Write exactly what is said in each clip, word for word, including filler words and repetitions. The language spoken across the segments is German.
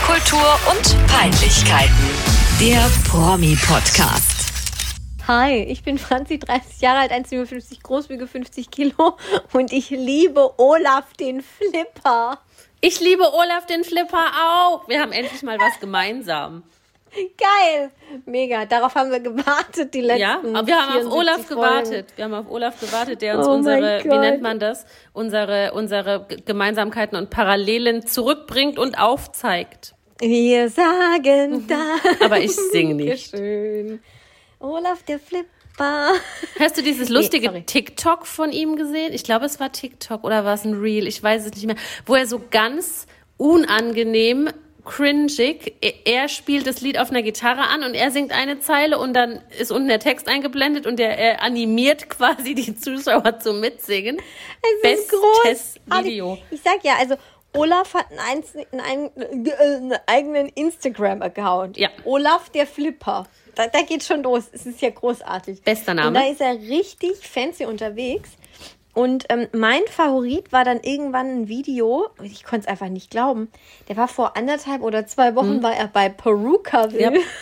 Popkultur und Peinlichkeiten. Der Promi-Podcast. Hi, ich bin Franzi, dreißig Jahre alt, eins Komma fünfundfünfzig groß, wiege fünfzig Kilo und ich liebe Olaf den Flipper. Ich liebe Olaf den Flipper auch. Wir haben endlich mal was gemeinsam. Geil, mega. Darauf haben wir gewartet die letzten Ja, aber wir haben auf Olaf Folgen. gewartet. Wir haben auf Olaf gewartet, der uns Oh unsere, mein wie Gott. nennt man das, unsere, unsere Gemeinsamkeiten und Parallelen zurückbringt und aufzeigt. Wir sagen da. Aber ich singe nicht. Schön. Olaf der Flipper. Hast du dieses lustige sorry. TikTok von ihm gesehen? Ich glaube, es war TikTok oder war es ein Reel? Ich weiß es nicht mehr. Wo er so ganz unangenehm cringig, er spielt das Lied auf einer Gitarre an und er singt eine Zeile und dann ist unten der Text eingeblendet und er, er animiert quasi die Zuschauer zum Mitsingen. Es ist Bestes großartig. Video. Ich sag ja, also Olaf hat einen, einen, einen eigenen Instagram-Account. Ja. Olaf der Flipper. Da, da geht schon los. Es ist ja großartig. Bester Name. Und da ist er richtig fancy unterwegs. Und ähm, mein Favorit war dann irgendwann ein Video, ich konnte es einfach nicht glauben, der war vor anderthalb oder zwei Wochen, mhm. war er bei Perukaville. Yep.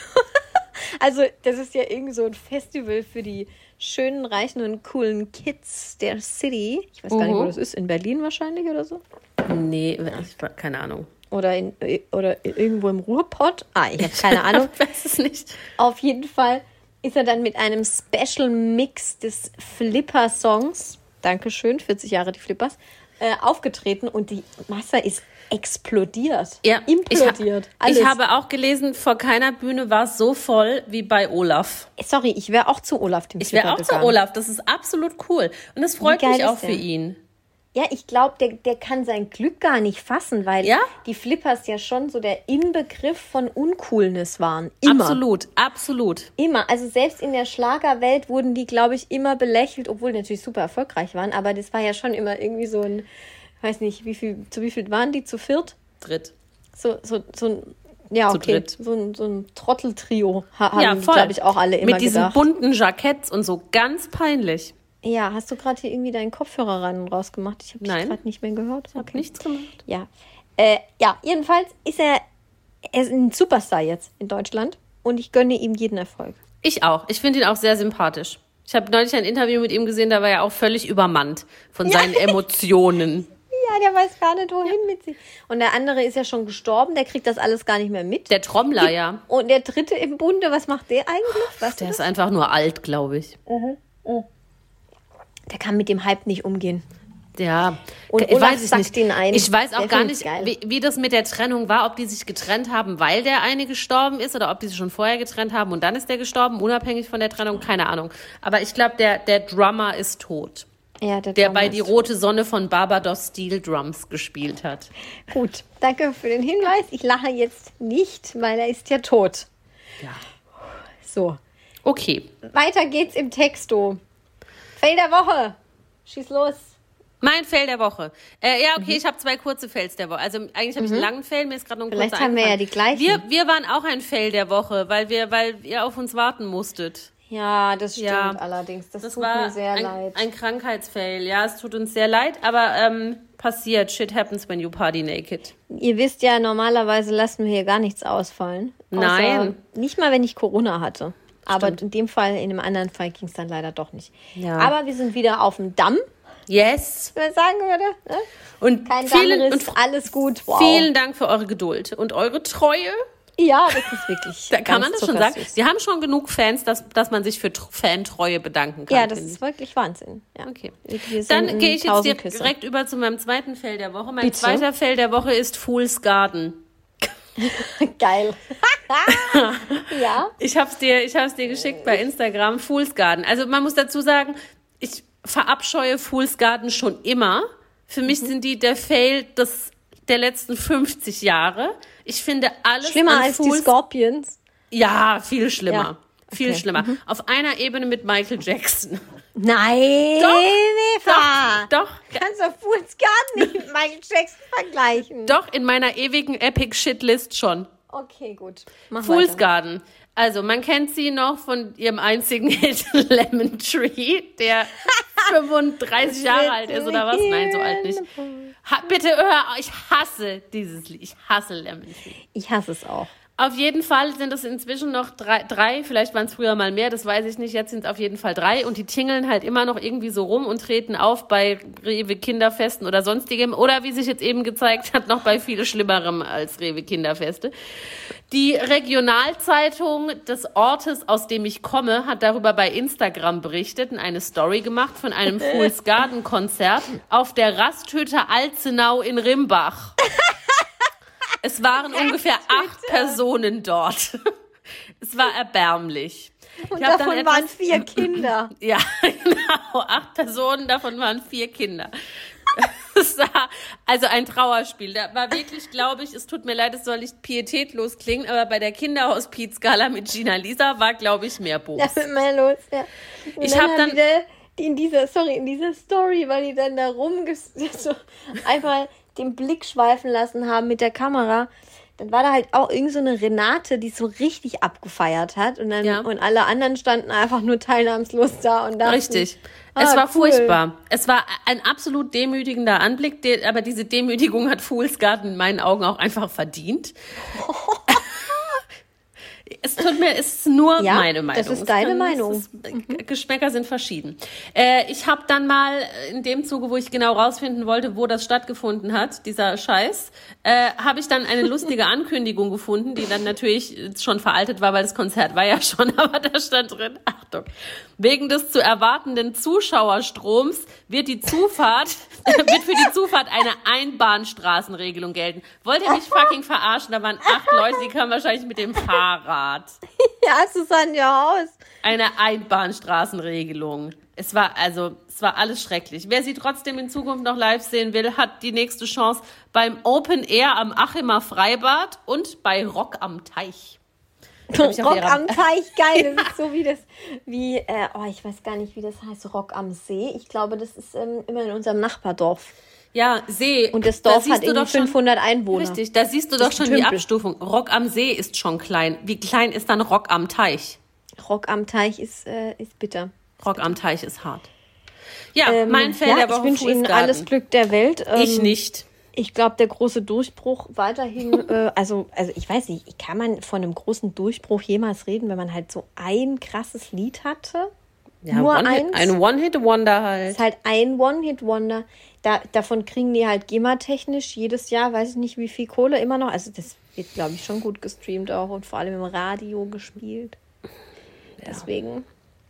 Also das ist ja irgendwie so ein Festival für die schönen, reichen und coolen Kids der City. Ich weiß gar nicht, wo das ist, in Berlin wahrscheinlich oder so. Nee, ich, keine Ahnung. Oder, in, oder irgendwo im Ruhrpott. Ah, ich habe keine Ahnung. Ich weiß es nicht. Auf jeden Fall ist er dann mit einem Special Mix des Flipper-Songs, Dankeschön, vierzig Jahre die Flippers, äh, aufgetreten und die Masse ist explodiert. Ja, implodiert. Ich, ha- ich habe auch gelesen, vor keiner Bühne war es so voll wie bei Olaf. Sorry, ich wäre auch zu Olaf dem Ich Flipper wäre auch gegangen. zu Olaf, das ist absolut cool. Und das freut Wie geil mich auch ist für der? ihn. Ja, ich glaube, der, der kann sein Glück gar nicht fassen, weil Ja? die Flippers ja schon so der Inbegriff von Uncoolness waren. Immer. Absolut, absolut. Immer. Also selbst in der Schlagerwelt wurden die, glaube ich, immer belächelt, obwohl die natürlich super erfolgreich waren. Aber das war ja schon immer irgendwie so ein, weiß nicht, wie viel, zu wie viel waren die? Zu viert? Dritt. So, so, so ein, ja, Zu okay. dritt. So ein, so ein Trotteltrio ha- haben, Ja, voll. glaube ich, auch alle immer Mit diesen gedacht. bunten Jacketts und so, ganz peinlich. Ja, hast du gerade hier irgendwie deinen Kopfhörer ran und raus gemacht? Ich habe dich Nein. gerade nicht mehr gehört. Ich habe nichts gemacht. Ja. Äh, ja, jedenfalls ist er, er ist ein Superstar jetzt in Deutschland und ich gönne ihm jeden Erfolg. Ich auch. Ich finde ihn auch sehr sympathisch. Ich habe neulich ein Interview mit ihm gesehen, da war er auch völlig übermannt von seinen Emotionen. Ja, der weiß gar nicht, wohin mit sich. Und der andere ist ja schon gestorben, der kriegt das alles gar nicht mehr mit. Der Trommler, ja. Und der dritte im Bunde, was macht der eigentlich? Weißt du Der das? ist einfach nur alt, glaube ich. Der kann mit dem Hype nicht umgehen. Ja, Und ich Olaf weiß es sackt nicht. ihn ein. Ich weiß auch Der gar find's nicht, geil. wie, wie das mit der Trennung war, ob die sich getrennt haben, weil der eine gestorben ist oder ob die sich schon vorher getrennt haben und dann ist der gestorben, unabhängig von der Trennung, keine Ahnung. Aber ich glaube, der, der Drummer ist tot, Ja, der der Drummer bei ist Die rote Sonne von Barbados Steel Drums gespielt hat. Gut, danke für den Hinweis. Ich lache jetzt nicht, weil er ist ja tot. Ja. So, Okay, weiter geht's im Texto. Fail der Woche. Schieß los. mein Fail der Woche. Äh, ja, okay, ich habe zwei kurze Fails der Woche. Also eigentlich habe ich einen langen Fail, mir ist gerade noch ein Vielleicht kurzer haben wir ja eingefallen. die gleichen. Wir, wir waren auch ein Fail der Woche, weil wir, weil ihr auf uns warten musstet. Ja, das stimmt Ja, allerdings. Das, Das tut war mir sehr ein, leid. ein Krankheitsfail. Ja, es tut uns sehr leid, aber ähm, passiert. Shit happens when you party naked. Ihr wisst ja, normalerweise lassen wir hier gar nichts ausfallen. Außer Nein. Nicht mal, wenn ich Corona hatte. Aber Stimmt. in dem Fall, in dem anderen Fall ging es dann leider doch nicht. Ja. Aber wir sind wieder auf dem Damm, Yes. wie man sagen würde. Ne? Und Kein vielen, Dammriss, und alles gut. Wow. vielen Dank für eure Geduld und eure Treue. Ja, das ist wirklich. Da kann ganz man das schon sagen. zuckersüß. Wir haben schon genug Fans, dass, dass man sich für Tr- Fantreue bedanken kann. Ja, das finde ist wirklich Wahnsinn. Ja. ich. Okay. Wir sind Dann in gehe ich jetzt tausend dir Küsse. direkt über zu meinem zweiten Fail der Woche. Mein Bitte. zweiter Fail der Woche ist Fool's Garden. Geil. Ja. Ich hab's dir, ich hab's dir geschickt bei Instagram, Fool's Garden. Also man muss dazu sagen, ich verabscheue Fool's Garden schon immer. Für mich sind die der Fail des, der letzten fünfzig Jahre. Ich finde alles Schlimmer an als die Fool's Scorpions. Ja, viel schlimmer. Ja. Viel Okay. schlimmer. Auf einer Ebene mit Michael Jackson. Nein, Doch, Eva. Doch, Kannst du Fool's Garden nicht mit Michael Jackson vergleichen? doch, in meiner ewigen Epic Shit List schon. Okay, gut. Mach Fool's weiter. Garden. Also, man kennt sie noch von ihrem einzigen Hit Lemon Tree, der fünfunddreißig Jahre alt ist oder was? Nein, so alt nicht. Ha, bitte hör, ich hasse dieses Lied. Ich hasse Lemon Tree. Ich hasse es auch. Auf jeden Fall sind es inzwischen noch drei, drei vielleicht waren es früher mal mehr, das weiß ich nicht, jetzt sind es auf jeden Fall drei und die tingeln halt immer noch irgendwie so rum und treten auf bei Rewe Kinderfesten oder sonstigem oder wie sich jetzt eben gezeigt hat, noch bei viel Schlimmerem als Rewe Kinderfeste. Die Regionalzeitung des Ortes, aus dem ich komme, hat darüber bei Instagram berichtet und eine Story gemacht von einem Fool's Garden Konzert auf der Rasthütte Alzenau in Rimbach. Es waren ungefähr acht Personen dort. Es war erbärmlich. Und ich hab davon dann etwas, waren vier Kinder. Ja, genau. Acht Personen, davon waren vier Kinder. Es war also ein Trauerspiel. Da war wirklich, glaube ich, es tut mir leid, es soll nicht pietätlos klingen, aber bei der Kinderhospiz-Gala mit Gina Lisa war, glaube ich, mehr Bums. Da wird mal los, ja. Und Ich dann hab haben dann- die da, die in dieser, sorry, in dieser Story, weil die dann da rumges so einmal den Blick schweifen lassen haben mit der Kamera. Dann war da halt auch irgend so eine Renate, die so richtig abgefeiert hat. Und dann Ja. und alle anderen standen einfach nur teilnahmslos da und dachten, Richtig. Ah, Es war cool. furchtbar. Es war ein absolut demütigender Anblick, der, aber diese Demütigung hat Fool's Garden in meinen Augen auch einfach verdient. Es tut mir, es ist nur Ja, meine Meinung. das ist Es deine kann- Meinung. Es ist, Geschmäcker sind verschieden. Äh, ich habe dann mal in dem Zuge, wo ich genau rausfinden wollte, wo das stattgefunden hat, dieser Scheiß, äh, habe ich dann eine lustige Ankündigung gefunden, die dann natürlich schon veraltet war, weil das Konzert war ja schon, aber da stand drin, Achtung, wegen des zu erwartenden Zuschauerstroms wird die Zufahrt, wird für die Zufahrt eine Einbahnstraßenregelung gelten. Wollt ihr mich fucking verarschen? Da waren acht Leute, die kamen wahrscheinlich mit dem Fahrrad. Ja, Susanne, ja aus. Eine Einbahnstraßenregelung. Es war also, es war alles schrecklich. Wer sie trotzdem in Zukunft noch live sehen will, hat die nächste Chance beim Open Air am Achimer Freibad und bei Rock am Teich. hab ich auf Rock ihrer- am Teich, geil. Das ist so wie das, wie, äh, oh, ich weiß gar nicht, wie das heißt, Rock am See. Ich glaube, das ist ähm, immer in unserem Nachbardorf. Ja, See. Und das Da Dorf siehst hat du irgendwie doch schon- fünfhundert Einwohner. Richtig, da siehst du Das doch ist schon ein die Tümpel. Abstufung. Rock am See ist schon klein. Wie klein ist dann Rock am Teich? Rock am Teich ist, äh, ist bitter. Rock am Teich ist hart. Ja, Ähm, mein Fan ja, der ich Woche wünsche Fool's Ihnen Garden. alles Glück der Welt. Ähm, Ich nicht. Ich glaube, der große Durchbruch weiterhin, äh, also, also ich weiß nicht, kann man von einem großen Durchbruch jemals reden, wenn man halt so ein krasses Lied hatte? Ja, Nur One-Hit- eins? Ein One-Hit-Wonder Das halt. ist halt ein One-Hit-Wonder. Da, davon kriegen die halt GEMA-technisch jedes Jahr, weiß ich nicht wie viel Kohle immer noch. Also das wird, glaube ich, schon gut gestreamt auch und vor allem im Radio gespielt. Deswegen,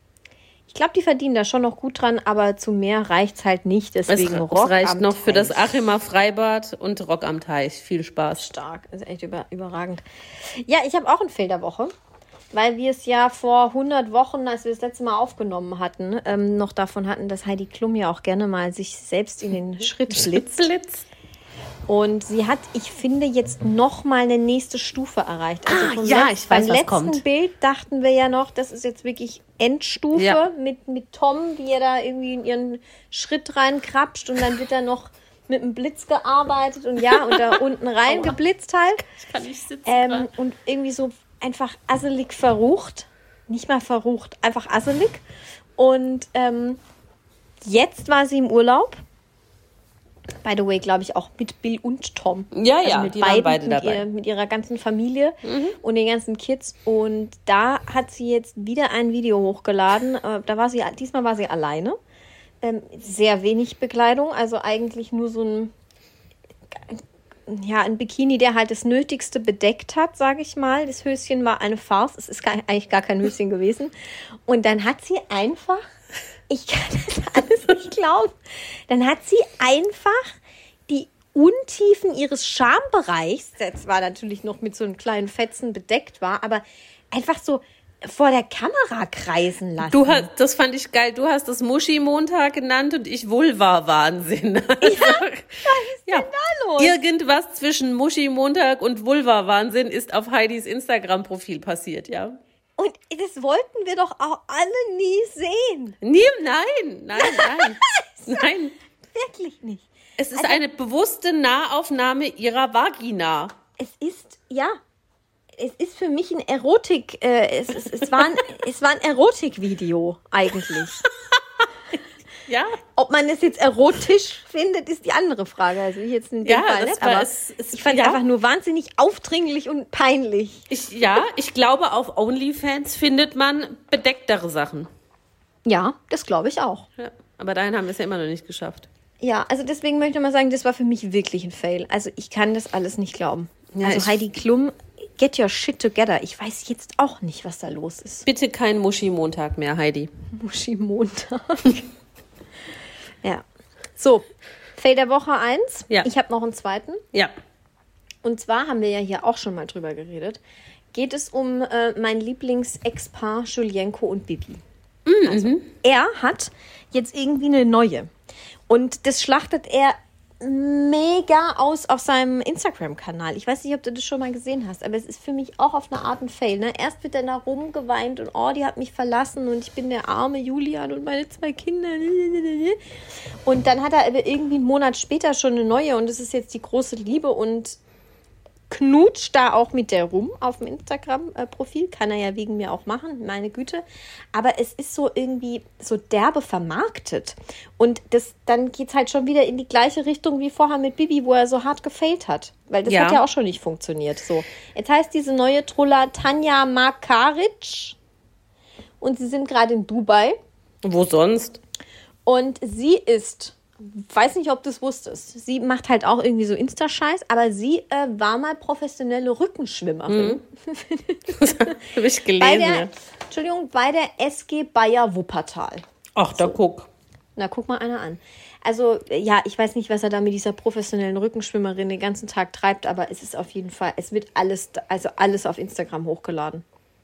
ich glaube, die verdienen da schon noch gut dran, aber zu mehr reicht's halt nicht. Es, Deswegen es Rock reicht am noch für das Teich. Achimer Freibad und Rock am Teich. Viel Spaß. Stark, ist echt über, überragend. Ja, ich habe auch ein Fail der Woche, weil wir es ja vor hundert Wochen, als wir das letzte Mal aufgenommen hatten, ähm, noch davon hatten, dass Heidi Klum ja auch gerne mal sich selbst in den Schritt blitzt. Blitz. Und sie hat, ich finde, jetzt noch mal eine nächste Stufe erreicht. Also Ah, vom ja, Letz- ich weiß, beim was letzten kommt. Bild dachten wir ja noch, das ist jetzt wirklich Endstufe Ja. mit, mit Tom, wie er da irgendwie in ihren Schritt reinkrapscht und dann wird er noch mit dem Blitz gearbeitet und ja, und da unten rein geblitzt halt. Ich kann nicht sitzen. Ähm, grad. und irgendwie so einfach asselig verrucht. Nicht mal verrucht, einfach asselig. Und ähm, jetzt war sie im Urlaub. By the way, glaube ich, auch mit Bill und Tom. Ja, ja, also mit die waren beiden, beide mit, dabei. Ihr, mit ihrer ganzen Familie und den ganzen Kids. Und da hat sie jetzt wieder ein Video hochgeladen. Äh, Da war sie, diesmal war sie alleine. Ähm, sehr wenig Bekleidung, also eigentlich nur so ein, ja, ein Bikini, der halt das Nötigste bedeckt hat, sage ich mal. Das Höschen war eine Farce. Es ist gar, eigentlich gar kein Höschen gewesen. Und dann hat sie einfach, ich kann das alles nicht glauben, dann hat sie einfach die Untiefen ihres Schambereichs, das war natürlich noch mit so einem kleinen Fetzen bedeckt war, aber einfach so vor der Kamera kreisen lassen. Du hast, das fand ich geil. Du hast das Muschi-Montag genannt und ich Vulva-Wahnsinn. Also, ja, da los? irgendwas zwischen Muschi-Montag und Vulva-Wahnsinn ist auf Heidis Instagram-Profil passiert, ja. Und das wollten wir doch auch alle nie sehen. Nie, nein, nein, nein, nein. Wirklich nicht. Es ist Also- eine bewusste Nahaufnahme ihrer Vagina. Es ist, ja, es ist für mich ein Erotik, äh, es, es, es, war ein, es war ein Erotikvideo eigentlich. Ja. Ob man es jetzt erotisch findet, ist die andere Frage. Also ich jetzt in dem Ja, Fall das nicht, war aber es- es- ich fand es ja. einfach nur wahnsinnig aufdringlich und peinlich. Ich, ja, ich glaube, auf OnlyFans findet man bedecktere Sachen. Ja, das glaube ich auch. Ja, aber dahin haben wir es ja immer noch nicht geschafft. Ja, also deswegen möchte ich mal sagen, das war für mich wirklich ein Fail. Also ich kann das alles nicht glauben. Ja, also ich- Heidi Klum, get your shit together. Ich weiß jetzt auch nicht, was da los ist. Bitte kein Muschi-Montag mehr, Heidi. Muschi Montag. Ja. So, Fail der Woche eins. Ja. Ich habe noch einen zweiten. Ja. Und zwar haben wir ja hier auch schon mal drüber geredet. Geht es um äh, mein Lieblings-Ex-Paar Julienko und Bibi. Also, er hat jetzt irgendwie eine neue. Und das schlachtet er mega aus auf seinem Instagram-Kanal. Ich weiß nicht, ob du das schon mal gesehen hast, aber es ist für mich auch auf eine Art ein Fail. Ne? Erst wird er da rumgeweint und oh, die hat mich verlassen und ich bin der arme Julian und meine zwei Kinder. Und dann hat er aber irgendwie einen Monat später schon eine neue und das ist jetzt die große Liebe und knutscht da auch mit der rum auf dem Instagram-Profil. Kann er ja wegen mir auch machen, meine Güte. Aber es ist so irgendwie so derbe vermarktet. Und das, dann geht es halt schon wieder in die gleiche Richtung wie vorher mit Bibi, wo er so hart gefailt hat. Weil das Ja. hat ja auch schon nicht funktioniert. So. Jetzt heißt diese neue Trulla Tanja Makaric. Und sie sind gerade in Dubai. Wo sonst? Und sie ist, weiß nicht, ob du es wusstest, sie macht halt auch irgendwie so Insta-Scheiß, aber sie äh, war mal professionelle Rückenschwimmerin. Habe ich Bei gelesen. der, ja. Entschuldigung, bei der S G Bayer Wuppertal. Ach, da guck. Na, guck mal einer an. Also, ja, ich weiß nicht, was er da mit dieser professionellen Rückenschwimmerin den ganzen Tag treibt, aber es ist auf jeden Fall, es wird alles, also alles auf Instagram hochgeladen.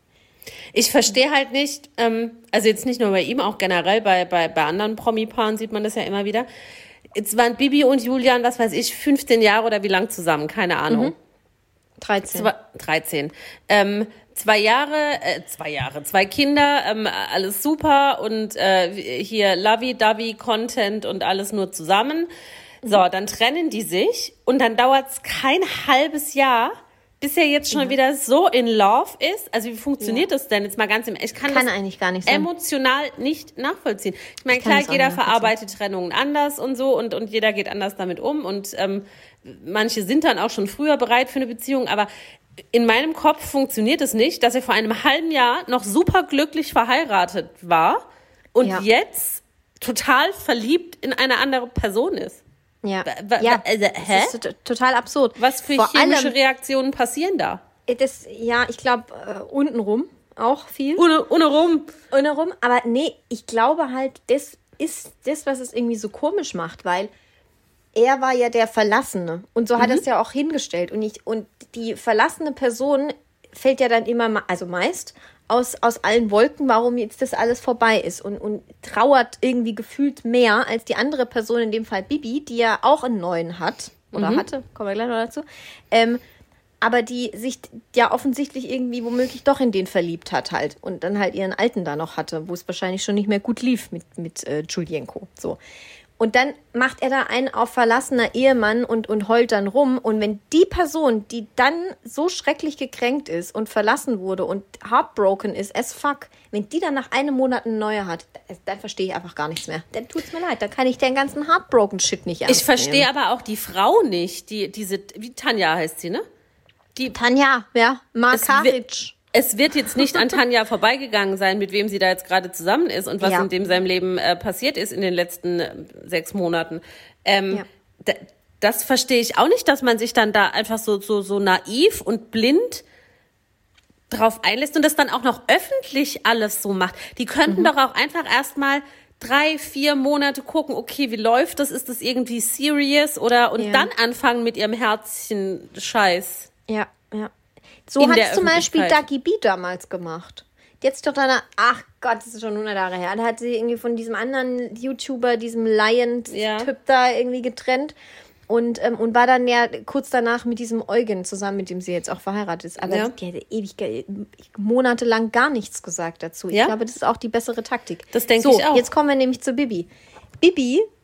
Ich verstehe halt nicht, ähm, also jetzt nicht nur bei ihm, auch generell bei, bei, bei anderen Promi-Paaren sieht man das ja immer wieder. Jetzt waren Bibi und Julian, was weiß ich, fünfzehn Jahre oder wie lang zusammen, keine Ahnung. dreizehn. Zwei, dreizehn. Ähm, zwei Jahre, äh, zwei Jahre, zwei Kinder, ähm, alles super und äh, hier Lovey-Dovey-Content und alles nur zusammen. So, dann trennen die sich und dann dauert's kein halbes Jahr, bis er jetzt schon wieder so in love ist. Also wie funktioniert das denn jetzt mal ganz im... Ich kann, Kann das eigentlich gar nicht sein. emotional nicht nachvollziehen. Ich meine, kann klar, das auch jeder nicht nachvollziehen. verarbeitet Trennungen anders und so und, und jeder geht anders damit um und ähm, manche sind dann auch schon früher bereit für eine Beziehung, aber in meinem Kopf funktioniert es nicht, dass er vor einem halben Jahr noch super glücklich verheiratet war und Ja. jetzt total verliebt in eine andere Person ist. Ja, wa- ja. also, hä? Das ist t- total absurd. Was für Vor chemische allem, Reaktionen passieren da? das, ja, ich glaube, äh, untenrum auch viel. Ohne, ohne rum. Untenrum, aber nee, ich glaube halt, das ist das, was es irgendwie so komisch macht, weil er war ja der Verlassene und so hat er es ja auch hingestellt und ich, und die verlassene Person fällt ja dann immer, ma- also meist aus, aus allen Wolken, warum jetzt das alles vorbei ist und, und trauert irgendwie gefühlt mehr als die andere Person, in dem Fall Bibi, die ja auch einen neuen hat oder hatte, kommen wir gleich noch dazu, ähm, aber die sich ja offensichtlich irgendwie womöglich doch in den verliebt hat halt und dann halt ihren Alten da noch hatte, wo es wahrscheinlich schon nicht mehr gut lief mit, mit äh, Julienko, so. Und dann macht er da einen auf verlassener Ehemann und, und heult dann rum. Und wenn die Person, die dann so schrecklich gekränkt ist und verlassen wurde und heartbroken ist as fuck, wenn die dann nach einem Monat eine neue hat, dann verstehe ich einfach gar nichts mehr. Dann tut's mir leid, dann kann ich den ganzen heartbroken Shit nicht ernst Ich verstehe nehmen. aber auch die Frau nicht, die diese, wie Tanja heißt sie, ne? Die, Tanja, ja, Makaric. es wird jetzt nicht an Tanja vorbeigegangen sein, mit wem sie da jetzt gerade zusammen ist und was Ja. in dem seinem Leben äh, passiert ist in den letzten äh, sechs Monaten. Ähm, Ja. d- das verstehe ich auch nicht, dass man sich dann da einfach so, so, so naiv und blind drauf einlässt und das dann auch noch öffentlich alles so macht. Die könnten Mhm. doch auch einfach erstmal drei, vier Monate gucken, okay, wie läuft das? Ist das irgendwie serious? Oder und Ja. dann anfangen mit ihrem Herzchen-Scheiß. Ja, ja. So In hat der es zum Beispiel Öffentlichkeit. Dagi B damals gemacht. Die hat sich doch dann, ach Gott, das ist schon hundert Jahre her, da hat sie irgendwie von diesem anderen YouTuber, diesem Lion-Typ Ja. da irgendwie getrennt und, ähm, und war dann ja kurz danach mit diesem Eugen zusammen, mit dem sie jetzt auch verheiratet ist. Aber Ja. die hatte ewig, ge- monatelang gar nichts gesagt dazu. Ich Ja. glaube, das ist auch die bessere Taktik. Das denke so, ich auch. Jetzt kommen wir nämlich zu Bibi. Bibi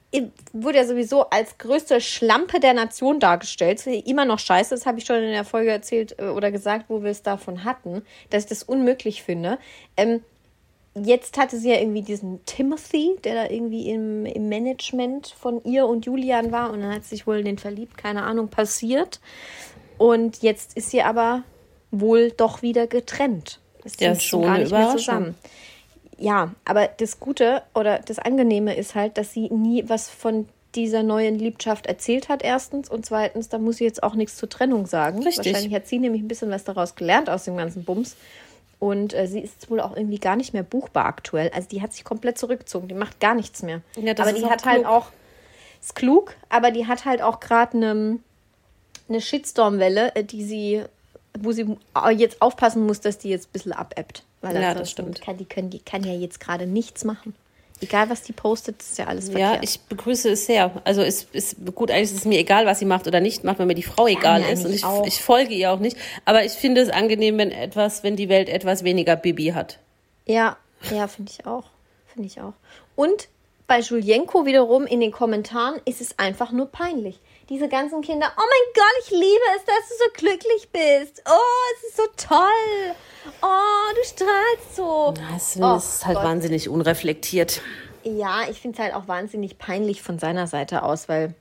wurde ja sowieso als größte Schlampe der Nation dargestellt. Das ist immer noch scheiße, das habe ich schon in der Folge erzählt äh, oder gesagt, wo wir es davon hatten, dass ich das unmöglich finde. Ähm, jetzt hatte sie ja irgendwie diesen Timothy, der da irgendwie im, im Management von ihr und Julian war und dann hat sie sich wohl in den verliebt, keine Ahnung, passiert. Und jetzt ist sie aber wohl doch wieder getrennt. Das Ja, sind so gar eine nicht mehr Überraschung. zusammen. Ja, aber das Gute oder das Angenehme ist halt, dass sie nie was von dieser neuen Liebschaft erzählt hat, erstens. Und zweitens, da muss sie jetzt auch nichts zur Trennung sagen. Richtig. Wahrscheinlich hat sie nämlich ein bisschen was daraus gelernt aus dem ganzen Bums. Und äh, sie ist wohl auch irgendwie gar nicht mehr buchbar aktuell. Also die hat sich komplett zurückgezogen. Die macht gar nichts mehr. Ja, das aber ist die auch hat halt klug. auch, ist klug, aber die hat halt auch gerade eine eine Shitstorm-Welle, äh, die sie, wo sie jetzt aufpassen muss, dass die jetzt ein bisschen abebbt. Weil Ja, das ansonsten stimmt. Kann, die, können, die kann ja jetzt gerade nichts machen. Egal, was die postet, ist ja alles Ja, verkehrt. ich begrüße es sehr. Also es ist gut, eigentlich ist es mir egal, was sie macht oder nicht macht, wenn mir die Frau egal mir ist. Und eigentlich ich, auch. ich folge ihr auch nicht. Aber ich finde es angenehm, wenn etwas, wenn die Welt etwas weniger Bibi hat. Ja, ja, finde ich auch. Finde ich auch. Und bei Julienko wiederum in den Kommentaren ist es einfach nur peinlich. Diese ganzen Kinder, oh mein Gott, ich liebe es, dass du so glücklich bist. Oh, es ist so toll. Oh, du strahlst so. Das Oh ist halt Gott. wahnsinnig unreflektiert. Ja, ich finde es halt auch wahnsinnig peinlich von seiner Seite aus, weil,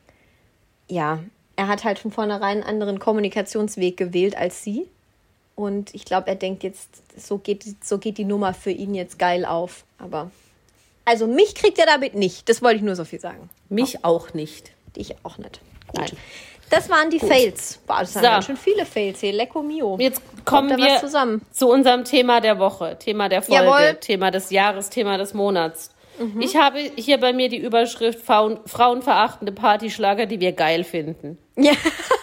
ja, er hat halt von vornherein einen anderen Kommunikationsweg gewählt als sie. Und ich glaube, er denkt jetzt, so geht, so geht die Nummer für ihn jetzt geil auf. Aber, also mich kriegt er damit nicht. Das wollte ich nur so viel sagen. Mich auch nicht. Ich auch nicht. Gut. Nein. Das waren die Fails. Boah, das waren So. ganz schön viele Fails hier. Lecco mio. Jetzt kommen Kommt da was wir zusammen? zu unserem Thema der Woche, Thema der Folge, Jawohl. Thema des Jahres, Thema des Monats. Mhm. Ich habe hier bei mir die Überschrift Frauen, frauenverachtende Partyschlager, die wir geil finden. Ja.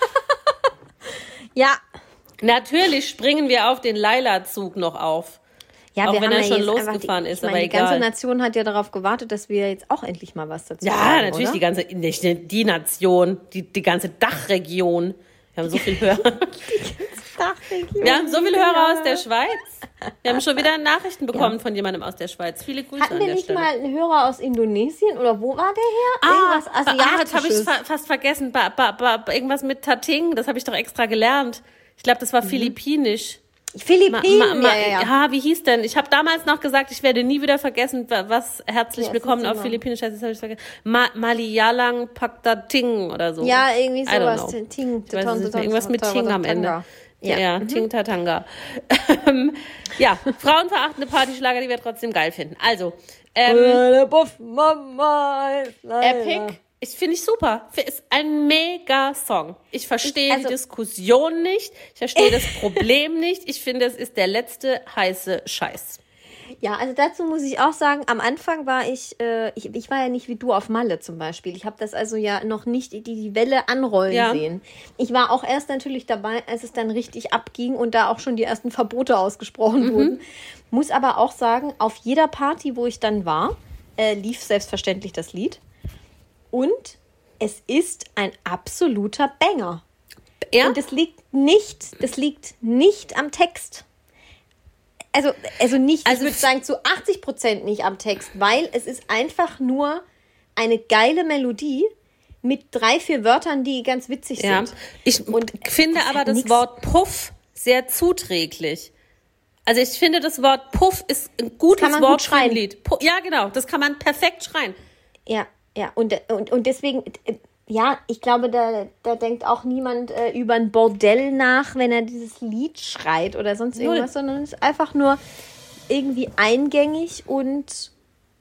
ja. Natürlich springen wir auf den Laila-Zug noch auf. Ja, Auch wir wenn haben er ja schon jetzt losgefahren einfach die, ist, ich meine, aber die ganze egal. Nation hat ja darauf gewartet, dass wir jetzt auch endlich mal was dazu Ja, sagen, natürlich oder? die ganze, nicht die Nation, die, die ganze Dachregion. Wir haben so viel Hörer. Wir haben so viele Hörer aus der Schweiz. Wir haben schon wieder Nachrichten bekommen von jemandem aus der Schweiz. Viele Grüße Hatten an wir der nicht Stelle. mal einen Hörer aus Indonesien oder wo war der her? Ah, Irgendwas ah, das habe ich Asiatisches. fa fast vergessen. Ba, ba, ba, irgendwas mit Tating, das habe ich doch extra gelernt. Ich glaube, das war philippinisch. Philippinen, Ma, ma, ja, ja, ja. ja, wie hieß denn? Ich habe damals noch gesagt, ich werde nie wieder vergessen, wa- was herzlich Ja, willkommen das ist auf immer. Philippinisch heißt. Das habe ich vergessen. Ma Malayalang Paktating oder so. Ja, irgendwie I don't sowas. know. Ting, Ich weiß es nicht mehr. Irgendwas mit Ting am Ende. Ja. Ja, ja Ting Tatanga. Ähm, ja, frauenverachtende Partyschlager, die wir trotzdem geil finden. Also, ähm, Epic, ich finde ich super. Ist ein mega Song. Ich verstehe Ich- also- die Diskussion nicht. Ich verstehe das Problem nicht. Ich finde, es ist der letzte heiße Scheiß. Ja, also dazu muss ich auch sagen, am Anfang war ich, äh, ich, ich war ja nicht wie du auf Malle zum Beispiel. Ich habe das also ja noch nicht die, die Welle anrollen Ja. sehen. Ich war auch erst natürlich dabei, als es dann richtig abging und da auch schon die ersten Verbote ausgesprochen Mhm. wurden. Muss aber auch sagen, auf jeder Party, wo ich dann war, äh, lief selbstverständlich das Lied. Und es ist ein absoluter Banger. Ja? Und das liegt nicht, das liegt nicht am Text. Also, also nicht, Also ich würde f- sagen, zu achtzig Prozent nicht am Text, weil es ist einfach nur eine geile Melodie mit drei, vier Wörtern, die ganz witzig Ja, sind. ich Und finde das aber hat das nix- Wort Puff sehr zuträglich. Also ich finde, das Wort Puff ist ein gutes kann man Wort gut für ein schreien. Lied. Pu- ja, genau, das kann man perfekt schreien. Ja, ja, und, und, und deswegen, äh, ja, ich glaube, da, da denkt auch niemand äh, über ein Bordell nach, wenn er dieses Lied schreit oder sonst Null. irgendwas, sondern es ist einfach nur irgendwie eingängig und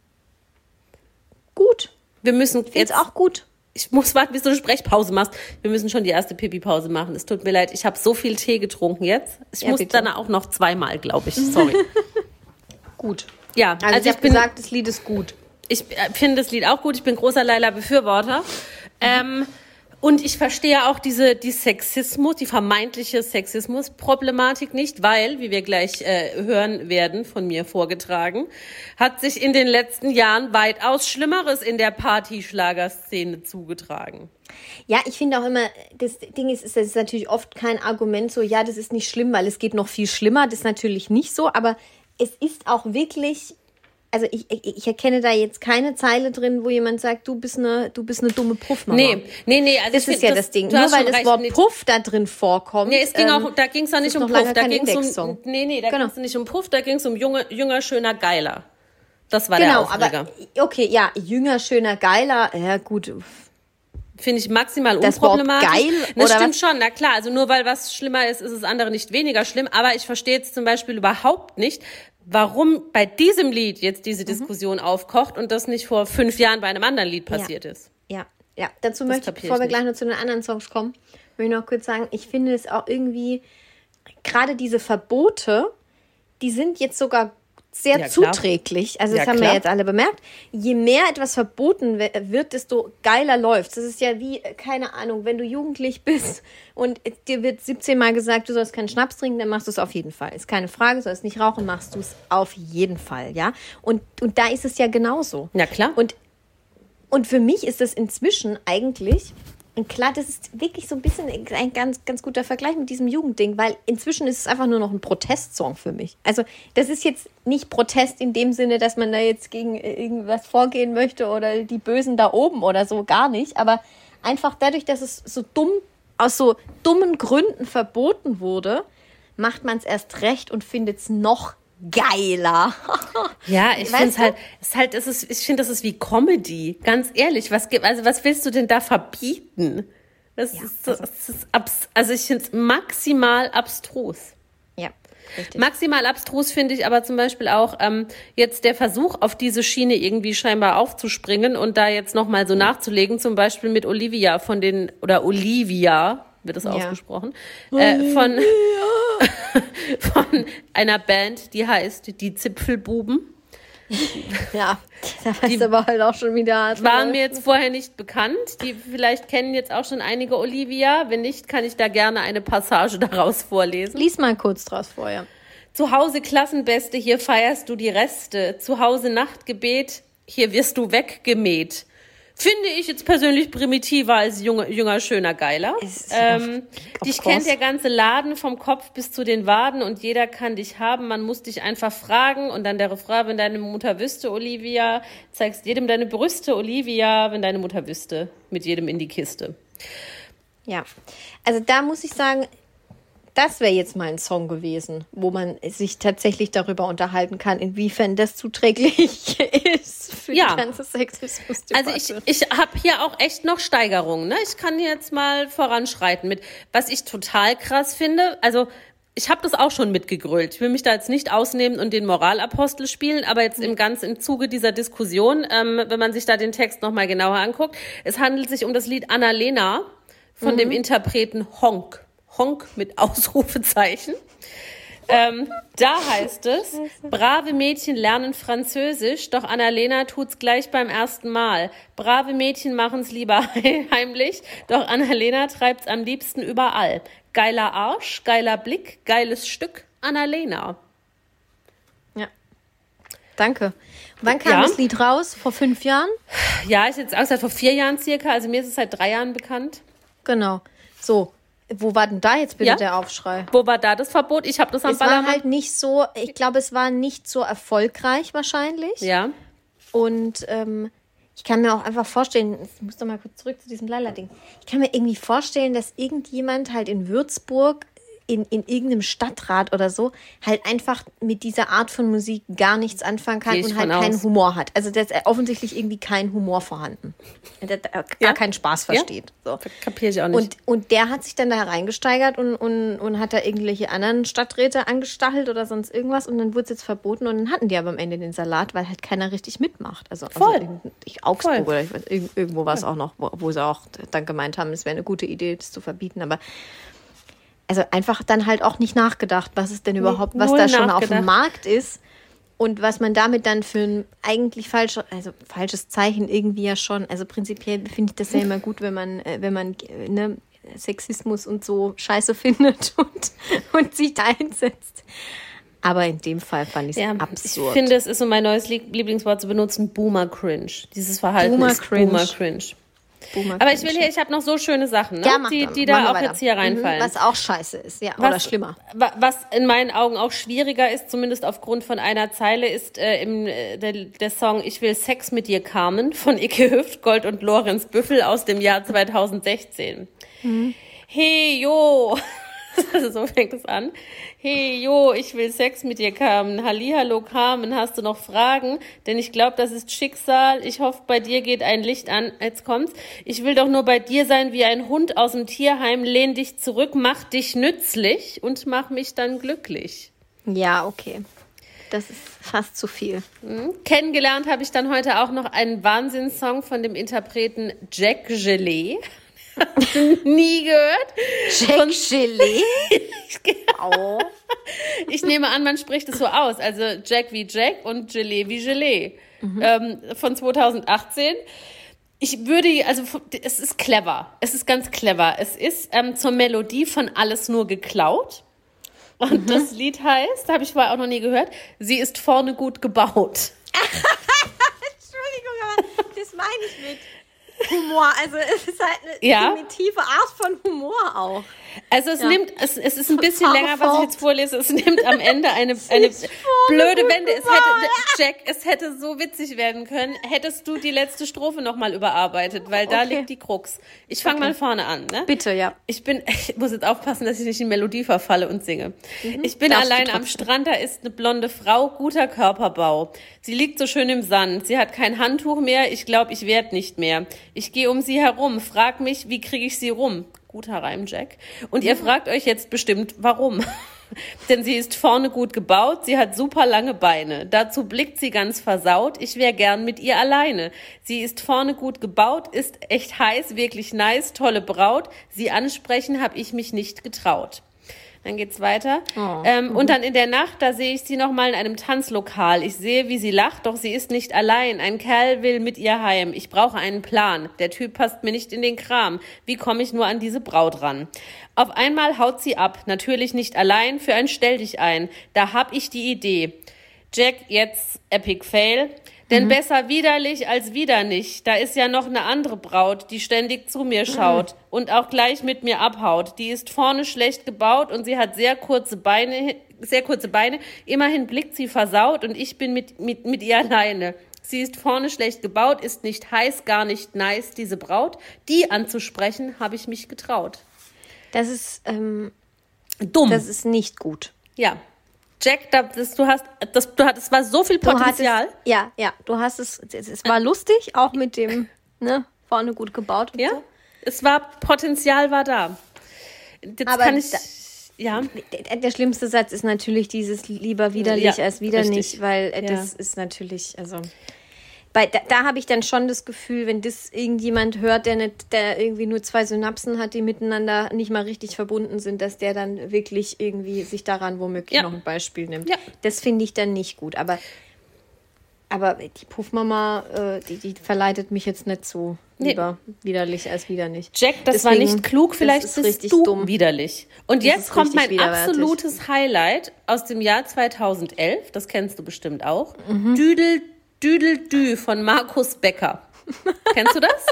gut. Wir müssen Jetzt jetzt auch gut. Ich muss warten, bis du eine Sprechpause machst. Wir müssen schon die erste Pipi-Pause machen. Es tut mir leid, ich habe so viel Tee getrunken jetzt. Ich Ja, muss bitte. dann auch noch zweimal, glaube ich. Sorry. Gut. Ja, Also, also, ich ich habe bin, gesagt, das Lied ist gut. ich äh, finde das Lied auch gut. Ich bin großer Laila-Befürworter. Ähm, und ich verstehe auch diese die Sexismus, die vermeintliche Sexismus-Problematik nicht, weil, wie wir gleich äh, hören werden, von mir vorgetragen, hat sich in den letzten Jahren weitaus Schlimmeres in der Partyschlagerszene zugetragen. Ja, ich finde auch immer, das Ding ist, ist, das ist natürlich oft kein Argument so, ja, das ist nicht schlimm, weil es geht noch viel schlimmer. Das ist natürlich nicht so, aber es ist auch wirklich also ich, ich, ich erkenne da jetzt keine Zeile drin, wo jemand sagt, du bist eine, du bist eine dumme Puffmama. Nee, nee, nee. Also das ist ja das, das Ding. Nur weil das recht, Wort nee. Puff da drin vorkommt. Nee, es ging ähm, auch, da ging es auch nicht um Puff. Da ging es um, nee, nee, da genau. ging es nicht um Puff, da ging es um junge, jünger, schöner, geiler. Das war genau, der Aufreger. Aber, okay, ja, jünger, schöner, geiler, ja gut. Finde ich maximal das unproblematisch. Wort geil, das oder stimmt was? schon, na klar. Also nur weil was schlimmer ist, ist es andere nicht weniger schlimm. Aber ich verstehe jetzt zum Beispiel überhaupt nicht, warum bei diesem Lied jetzt diese Diskussion mhm. aufkocht und das nicht vor fünf Jahren bei einem anderen Lied passiert ja. ist. Ja, ja. Dazu das möchte ich, bevor wir nicht. gleich noch zu den anderen Songs kommen, möchte ich noch kurz sagen, ich finde es auch irgendwie, gerade diese Verbote, die sind jetzt sogar sehr ja, zuträglich. Also das ja, haben klar. wir jetzt alle bemerkt. Je mehr etwas verboten wird, desto geiler läuft's. Das ist ja wie, keine Ahnung, wenn du jugendlich bist und dir wird siebzehn Mal gesagt, du sollst keinen Schnaps trinken, dann machst du es auf jeden Fall. Ist keine Frage, du sollst nicht rauchen, machst du es auf jeden Fall, ja. Und, und da ist es ja genauso. Ja, klar. Und, und für mich ist das inzwischen eigentlich... Und klar, das ist wirklich so ein bisschen ein ganz, ganz guter Vergleich mit diesem Jugendding, weil inzwischen ist es einfach nur noch ein Protestsong für mich. Also das ist jetzt nicht Protest in dem Sinne, dass man da jetzt gegen irgendwas vorgehen möchte oder die Bösen da oben oder so, gar nicht. Aber einfach dadurch, dass es so dumm, aus so dummen Gründen verboten wurde, macht man es erst recht und findet es noch geiler. Ja, ich finde es halt, es ist halt, es ist, ich finde, das ist wie Comedy. Ganz ehrlich, was gibt, also was willst du denn da verbieten? Das ja, ist so, also, das ist abs, also ich finde es maximal abstrus. Ja, richtig. Maximal abstrus finde ich aber zum Beispiel auch ähm, jetzt der Versuch, auf diese Schiene irgendwie scheinbar aufzuspringen und da jetzt nochmal so nachzulegen, zum Beispiel mit Olivia von den, oder Olivia, wird das ja. ausgesprochen, äh, von, von einer Band, die heißt Die Zipfelbuben. Ja, da weißt du aber halt auch schon wieder. Waren mir jetzt vorher nicht bekannt. Die vielleicht kennen jetzt auch schon einige Olivia. Wenn nicht, kann ich da gerne eine Passage daraus vorlesen. Lies mal kurz draus vor, ja. Zu Hause Klassenbeste, hier feierst du die Reste. Zu Hause Nachtgebet, hier wirst du weggemäht. Finde ich jetzt persönlich primitiver als junger, jünger, schöner, geiler. Ähm, dich kennt der ganze Laden vom Kopf bis zu den Waden und jeder kann dich haben. Man muss dich einfach fragen. Und dann der Refrain, wenn deine Mutter wüsste, Olivia, zeigst jedem deine Brüste, Olivia, wenn deine Mutter wüsste, mit jedem in die Kiste. Ja, also da muss ich sagen, das wäre jetzt mal ein Song gewesen, wo man sich tatsächlich darüber unterhalten kann, inwiefern das zuträglich ist für ja. die ganze Sexismus-Debatte. Also ich, ich habe hier auch echt noch Steigerungen. Ne? Ich kann jetzt mal voranschreiten mit, was ich total krass finde. Also ich habe das auch schon mitgegrölt. Ich will mich da jetzt nicht ausnehmen und den Moralapostel spielen, aber jetzt im ganz im Zuge dieser Diskussion, ähm, wenn man sich da den Text nochmal genauer anguckt, es handelt sich um das Lied Annalena von mhm. dem Interpreten Honk. Honk mit Ausrufezeichen. Ähm, da heißt es, brave Mädchen lernen Französisch, doch Annalena tut's gleich beim ersten Mal. Brave Mädchen machen's lieber heimlich, doch Annalena treibt's am liebsten überall. Geiler Arsch, geiler Blick, geiles Stück, Annalena. Ja, danke. Wann kam ja. das Lied raus? Vor fünf Jahren? Ja, ist jetzt auch seit vor vier Jahren circa, also mir ist es seit drei Jahren bekannt. Genau, so. Wo war denn da jetzt bitte ja? der Aufschrei? Wo war da das Verbot? Ich habe das am Es Ballermann. war halt nicht so, ich glaube, es war nicht so erfolgreich wahrscheinlich. Ja. Und ähm, ich kann mir auch einfach vorstellen, ich muss doch mal kurz zurück zu diesem Lala-Ding. Ich kann mir irgendwie vorstellen, dass irgendjemand halt in Würzburg in, in irgendeinem Stadtrat oder so halt einfach mit dieser Art von Musik gar nichts anfangen kann und halt keinen aus. Humor hat. Also da ist offensichtlich irgendwie kein Humor vorhanden. Der gar ja? keinen Spaß versteht. Ja? So. Kapiere ich auch nicht. Und, und der hat sich dann da hereingesteigert und, und, und hat da irgendwelche anderen Stadträte angestachelt oder sonst irgendwas und dann wurde es jetzt verboten und dann hatten die aber am Ende den Salat, weil halt keiner richtig mitmacht. Also, Voll. also ich, Augsburg Voll. oder ich weiß, irgendwo war es auch noch, wo, wo sie auch dann gemeint haben, es wäre eine gute Idee, das zu verbieten, aber also einfach dann halt auch nicht nachgedacht, was ist denn überhaupt, was da schon auf dem Markt ist und was man damit dann für ein eigentlich falsch, also falsches Zeichen irgendwie ja schon. Also prinzipiell finde ich das ja immer gut, wenn man, wenn man ne, Sexismus und so scheiße findet und, und sich da einsetzt. Aber in dem Fall fand ich es ja, absurd. Ich finde, es ist, um mein neues Lieblingswort zu benutzen, Boomer Cringe. Dieses Verhalten Boomer ist Cringe. Boomer Cringe. Boomer Aber ich will Cringe. hier, ich habe noch so schöne Sachen, ne? Ja, mach die, doch. die Machen da wir auch weiter. jetzt hier reinfallen. Mhm, was auch scheiße ist, ja, oder schlimmer. wa- Was in meinen Augen auch schwieriger ist, zumindest aufgrund von einer Zeile, ist äh, im, äh, der, der Song Ich will Sex mit dir, Carmen von Icke Hüftgold und Lorenz Büffel aus dem Jahr zweitausendsechzehn. Mhm. Hey, jo! So fängt es an. Hey, jo, ich will Sex mit dir, Carmen. Hallihallo, Carmen, hast du noch Fragen? Denn ich glaube, das ist Schicksal. Ich hoffe, bei dir geht ein Licht an. Jetzt kommt's. Ich will doch nur bei dir sein wie ein Hund aus dem Tierheim. Lehn dich zurück, mach dich nützlich und mach mich dann glücklich. Ja, okay. Das ist fast zu viel. Hm. Kennengelernt habe ich dann heute auch noch einen Wahnsinnssong von dem Interpreten Jack Gelee. Nie gehört. Jack Gelee? Oh. Ich nehme an, man spricht es so aus. Also Jack wie Jack und Gelee wie Gelee. Mhm. Ähm, von zweitausendachtzehn. Ich würde, also es ist clever. Es ist ganz clever. Es ist ähm, zur Melodie von Alles nur geklaut. Und mhm. das Lied heißt, habe ich vorher auch noch nie gehört, sie ist vorne gut gebaut. Entschuldigung, aber das meine ich mit Humor. Also es ist halt eine Ja. primitive Art von Humor auch. Also es Ja. nimmt, es, es ist ein bisschen Fahr länger, was ich fort. jetzt vorlese. Es nimmt am Ende eine, eine blöde Wende. Es hätte, Jack, es hätte so witzig werden können, hättest du die letzte Strophe nochmal überarbeitet, weil da Okay. liegt die Krux. Ich fange Okay. mal vorne an. Ne? Bitte, ja. Ich bin, ich muss jetzt aufpassen, dass ich nicht in Melodie verfalle und singe. Mhm. Ich bin Darfst du allein am trotzdem. Strand, da ist eine blonde Frau, guter Körperbau. Sie liegt so schön im Sand, sie hat kein Handtuch mehr, ich glaube, ich werd nicht mehr. Ich gehe um sie herum, frag mich, wie kriege ich sie rum? Guter Reim, Jack. Und ihr fragt euch jetzt bestimmt, warum? Denn sie ist vorne gut gebaut, sie hat super lange Beine. Dazu blickt sie ganz versaut, ich wär gern mit ihr alleine. Sie ist vorne gut gebaut, ist echt heiß, wirklich nice, tolle Braut. Sie ansprechen hab ich mich nicht getraut. Dann geht's weiter. Oh. Ähm, und dann in der Nacht, da sehe ich sie nochmal in einem Tanzlokal. Ich sehe, wie sie lacht, doch sie ist nicht allein. Ein Kerl will mit ihr heim. Ich brauche einen Plan. Der Typ passt mir nicht in den Kram. Wie komme ich nur an diese Braut ran? Auf einmal haut sie ab. Natürlich nicht allein. Für ein Stell dich ein. Da hab ich die Idee. Jack, jetzt Epic Fail. Denn mhm. besser widerlich als wieder nicht. Da ist ja noch eine andere Braut, die ständig zu mir schaut mhm. und auch gleich mit mir abhaut. Die ist vorne schlecht gebaut und sie hat sehr kurze Beine, sehr kurze Beine. Immerhin blickt sie versaut und ich bin mit, mit, mit ihr alleine. Sie ist vorne schlecht gebaut, ist nicht heiß, gar nicht nice, diese Braut. Die anzusprechen, habe ich mich getraut. Das ist, ähm, Dumm. das ist nicht gut. Ja. Jack, das, du hast, das, du hattest, war so viel Potenzial. Hattest, ja, ja, du hast es, es, es war lustig, auch mit dem, ne, vorne gut gebaut und Ja, so. es war, Potenzial war da. Jetzt Aber kann ich, da, ja. der, der schlimmste Satz ist natürlich dieses lieber widerlich Ja, als wieder richtig. nicht, weil äh, Ja. das ist natürlich, also bei, da, da habe ich dann schon das Gefühl, wenn das irgendjemand hört, der nicht, der irgendwie nur zwei Synapsen hat, die miteinander nicht mal richtig verbunden sind, dass der dann wirklich irgendwie sich daran womöglich Ja. noch ein Beispiel nimmt. Ja. Das finde ich dann nicht gut. Aber, aber die Puffmama, äh, die, die verleitet mich jetzt nicht so. Nee. Lieber widerlich als wieder nicht. Jack, das war Deswegen, nicht klug, vielleicht das ist bist richtig du dumm. widerlich. Und Das jetzt ist kommt mein richtig widerwärtig. absolutes Highlight aus dem Jahr zweitausendelf, das kennst du bestimmt auch. Mhm. Düdel, Düdel, Dü von Markus Becker. Kennst du das?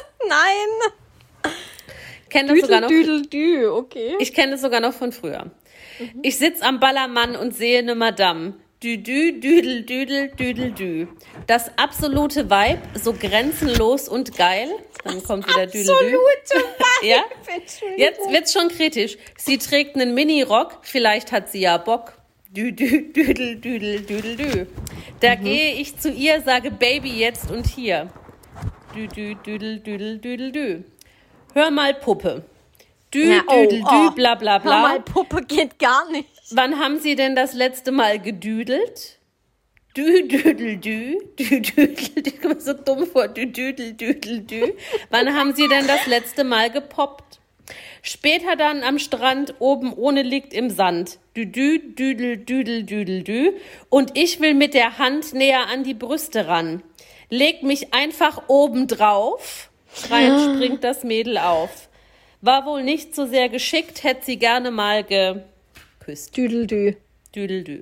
Nein! Kenn das sogar noch. Düdel, dü, okay. Ich kenne es sogar noch von früher. Mhm. Ich sitz am Ballermann und sehe ne Madame. Dü, dü, düdel, düdel, düdel, dü. Das absolute Vibe, so grenzenlos und geil. Dann kommt wieder düdel, dü. Absolute Ja? Entschuldigung. Jetzt wird's schon kritisch. Sie trägt einen Mini-Rock, vielleicht hat sie ja Bock. Dü, dü, düdel, düdel, düdel, dü. Da Mhm. gehe ich zu ihr, sage Baby jetzt und hier. Dü, dü, düdel, düdel, düdel, dü. Hör mal Puppe. Dü, Ja, oh, düdel, oh. dü, bla, bla, Hör bla. mal, Puppe geht gar nicht. Wann haben Sie denn das letzte Mal gedüdelt? Dü, düdel, dü, dü, düdel, dü. Ich komme mir so dumm vor. Dü, düdel, düdel, dü. Wann haben Sie denn das letzte Mal gepoppt? Später dann am Strand, oben ohne liegt im Sand. Dü, dü, düdel, düdel, düdel, dü. Und ich will mit der Hand näher an die Brüste ran. Leg mich einfach oben drauf. Schreiend springt das Mädel auf. War wohl nicht so sehr geschickt, hätte sie gerne mal geküsst. Düdeldü. Düdeldü.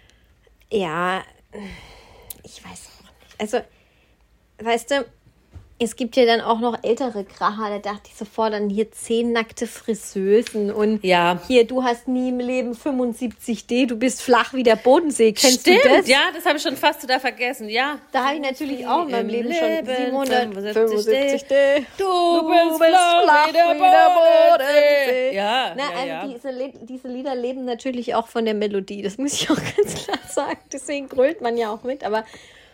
Ja, ich weiß auch nicht. Also, weißt du, Es gibt ja dann auch noch ältere Kracher, da dachte ich sofort an hier zehn nackte Friseusen und Ja. hier, du hast nie im Leben fünfundsiebzig D, du bist flach wie der Bodensee. Kennst Stimmt, du das? ja, das habe ich schon fast wieder vergessen, ja. Da habe ich natürlich auch in meinem Im Leben schon Leben siebenhundertfünfundsiebzig D. Du, Du bist bist flach wie der Bodensee. Ja, Na, ja, also ja. Diese, Le- diese Lieder leben natürlich auch von der Melodie, das muss ich auch ganz klar sagen. Deswegen grölt man ja auch mit, aber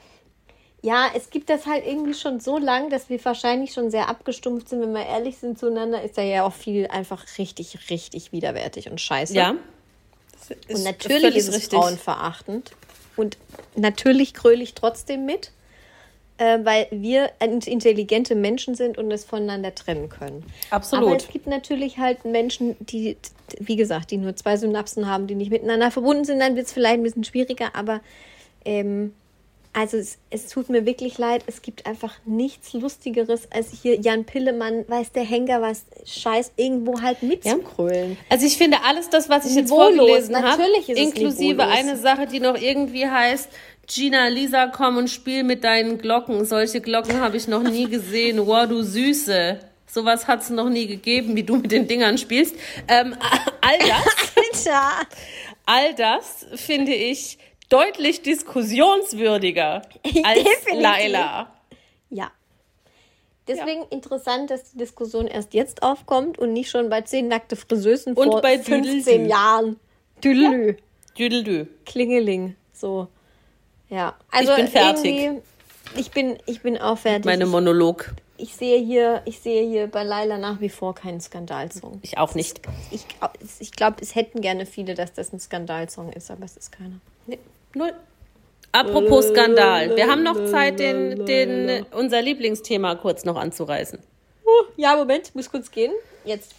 ja, es gibt das halt irgendwie schon so lang, dass wir wahrscheinlich schon sehr abgestumpft sind. Wenn wir ehrlich sind zueinander, ist da ja auch viel einfach richtig, richtig widerwärtig und scheiße. Ja. Das und ist natürlich völlig ist es richtig. frauenverachtend. Und natürlich gröle ich trotzdem mit, äh, weil wir intelligente Menschen sind und es voneinander trennen können. Absolut. Aber es gibt natürlich halt Menschen, die, wie gesagt, die nur zwei Synapsen haben, die nicht miteinander verbunden sind. Dann wird es vielleicht ein bisschen schwieriger, aber ähm, also es, es tut mir wirklich leid, es gibt einfach nichts Lustigeres, als hier Jan Pillemann, weiß der Henker was, Scheiß, irgendwo halt mitzukrölen. Also ich finde alles das, was ich jetzt Niveaulos, vorgelesen habe, natürlich ist es inklusive niveaulos. eine Sache, die noch irgendwie heißt, Gina, Lisa, komm und spiel mit deinen Glocken. Solche Glocken habe ich noch nie gesehen. Wow, du Süße. Sowas hat es noch nie gegeben, wie du mit den Dingern spielst. Ähm, all das, Alter! all das finde ich deutlich diskussionswürdiger als Definitiv. Laila. Ja. Deswegen interessant, dass die Diskussion erst jetzt aufkommt und nicht schon bei zehn nackte Friseusen Und vor bei fünfzehn Düdelü. Jahren. Düdelü. Düdeldü. Klingeling. So. Ja. Also Ich bin fertig. irgendwie- Ich bin, ich bin auch fertig. Meine Monolog. ich, ich sehe hier, ich sehe hier bei Laila nach wie vor keinen Skandalsong. Ich auch nicht. Ich, ich glaube, es hätten gerne viele, dass das ein Skandalsong ist, aber es ist keiner. Nee, null. Apropos Skandal. Wir haben noch Zeit, den, den, unser Lieblingsthema kurz noch anzureißen. Ja, Moment, ich muss kurz gehen. Jetzt.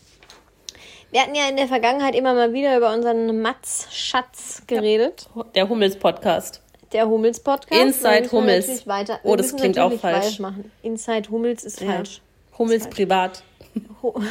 Wir hatten ja in der Vergangenheit immer mal wieder über unseren Matz-Schatz geredet. Der Hummels-Podcast. Der Hummels-Podcast. Inside Da müssen wir Hummels. natürlich Weiter, Oh, wir das müssen klingt auch natürlich falsch. weitermachen. Inside Hummels ist falsch. Hummels Ist falsch. privat. Hu-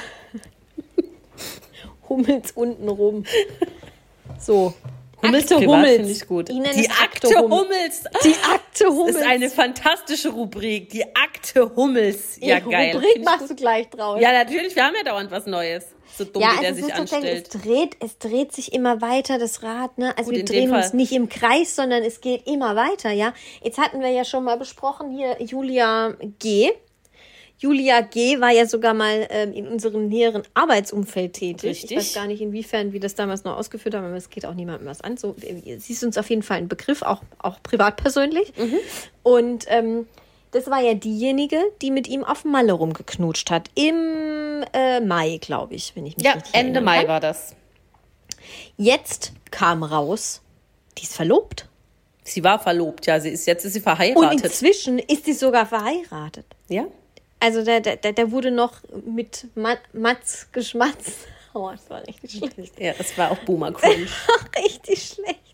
Hummels untenrum. So. Hummels Akte privat Hummels. finde ich gut. Die nennen Die es Akte Akte Hummels. Hummels. Die Akte Hummels. Das ist eine fantastische Rubrik. Die Akte Hummels. Ja, Die geil. Rubrik Find ich machst gut. du gleich draus. Ja, natürlich. Wir haben ja dauernd was Neues. So dumm, Ja, wie der also es sich ist tatsächlich, es anstellt. dreht, es dreht sich immer weiter, das Rad, ne? Also Gut, wir in dem drehen uns Fall. nicht im Kreis, sondern es geht immer weiter, ja? Jetzt hatten wir ja schon mal besprochen, hier Julia G. Julia G. war ja sogar mal ähm, in unserem näheren Arbeitsumfeld tätig. Richtig. Ich weiß gar nicht, inwiefern wir das damals noch ausgeführt haben, aber es geht auch niemandem was an. So, sie ist uns auf jeden Fall ein Begriff, auch, auch privat persönlich. Mhm. Und ähm, das war ja diejenige, die mit ihm auf Malle rumgeknutscht hat. Im äh, Mai, glaube ich, wenn ich mich Ja, richtig Ende erinnern Mai kann. war das. Jetzt kam raus, die ist verlobt. Sie war verlobt, ja. Sie ist, jetzt ist sie Und verheiratet. inzwischen ist sie sogar verheiratet. Ja? Also da, da, da wurde noch mit Mat, Matz geschmatzt. Oh, das war richtig schlecht. Ja, das war auch Boomer-Cringe. Richtig schlecht.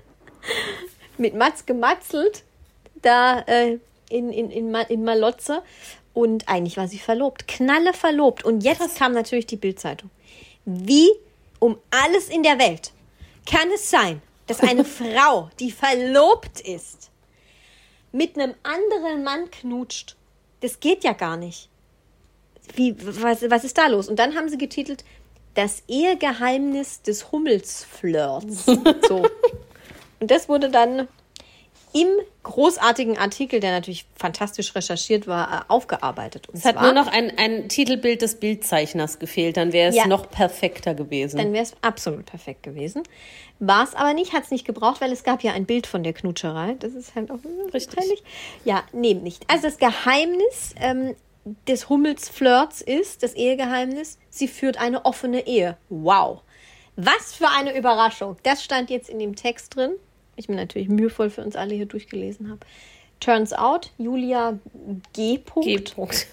Mit Matz gematzelt, da äh, in, in, in, Ma- in Malotze. Und eigentlich war sie verlobt. Knalle verlobt. Und jetzt kam natürlich die Bild-Zeitung. Wie um alles in der Welt kann es sein, dass eine Frau, die verlobt ist, mit einem anderen Mann knutscht? Das geht ja gar nicht. Wie, was, was ist da los? Und dann haben sie getitelt, das Ehegeheimnis des Hummelsflirts. So. Und das wurde dann im großartigen Artikel, der natürlich fantastisch recherchiert war, aufgearbeitet. Und Es hat zwar, nur noch ein, ein Titelbild des Bildzeichners gefehlt, dann wäre es Ja. noch perfekter gewesen. dann wäre es absolut perfekt gewesen. War es aber nicht, hat es nicht gebraucht, weil es gab ja ein Bild von der Knutscherei. Das ist halt auch Richtig. peinlich. Ja, nee, nicht. Also das Geheimnis ähm, des Hummelsflirts ist, das Ehegeheimnis, sie führt eine offene Ehe. Wow. Was für eine Überraschung. Das stand jetzt in dem Text drin. Ich mir natürlich mühevoll für uns alle hier durchgelesen habe. Turns out, Julia G. G-Punkt.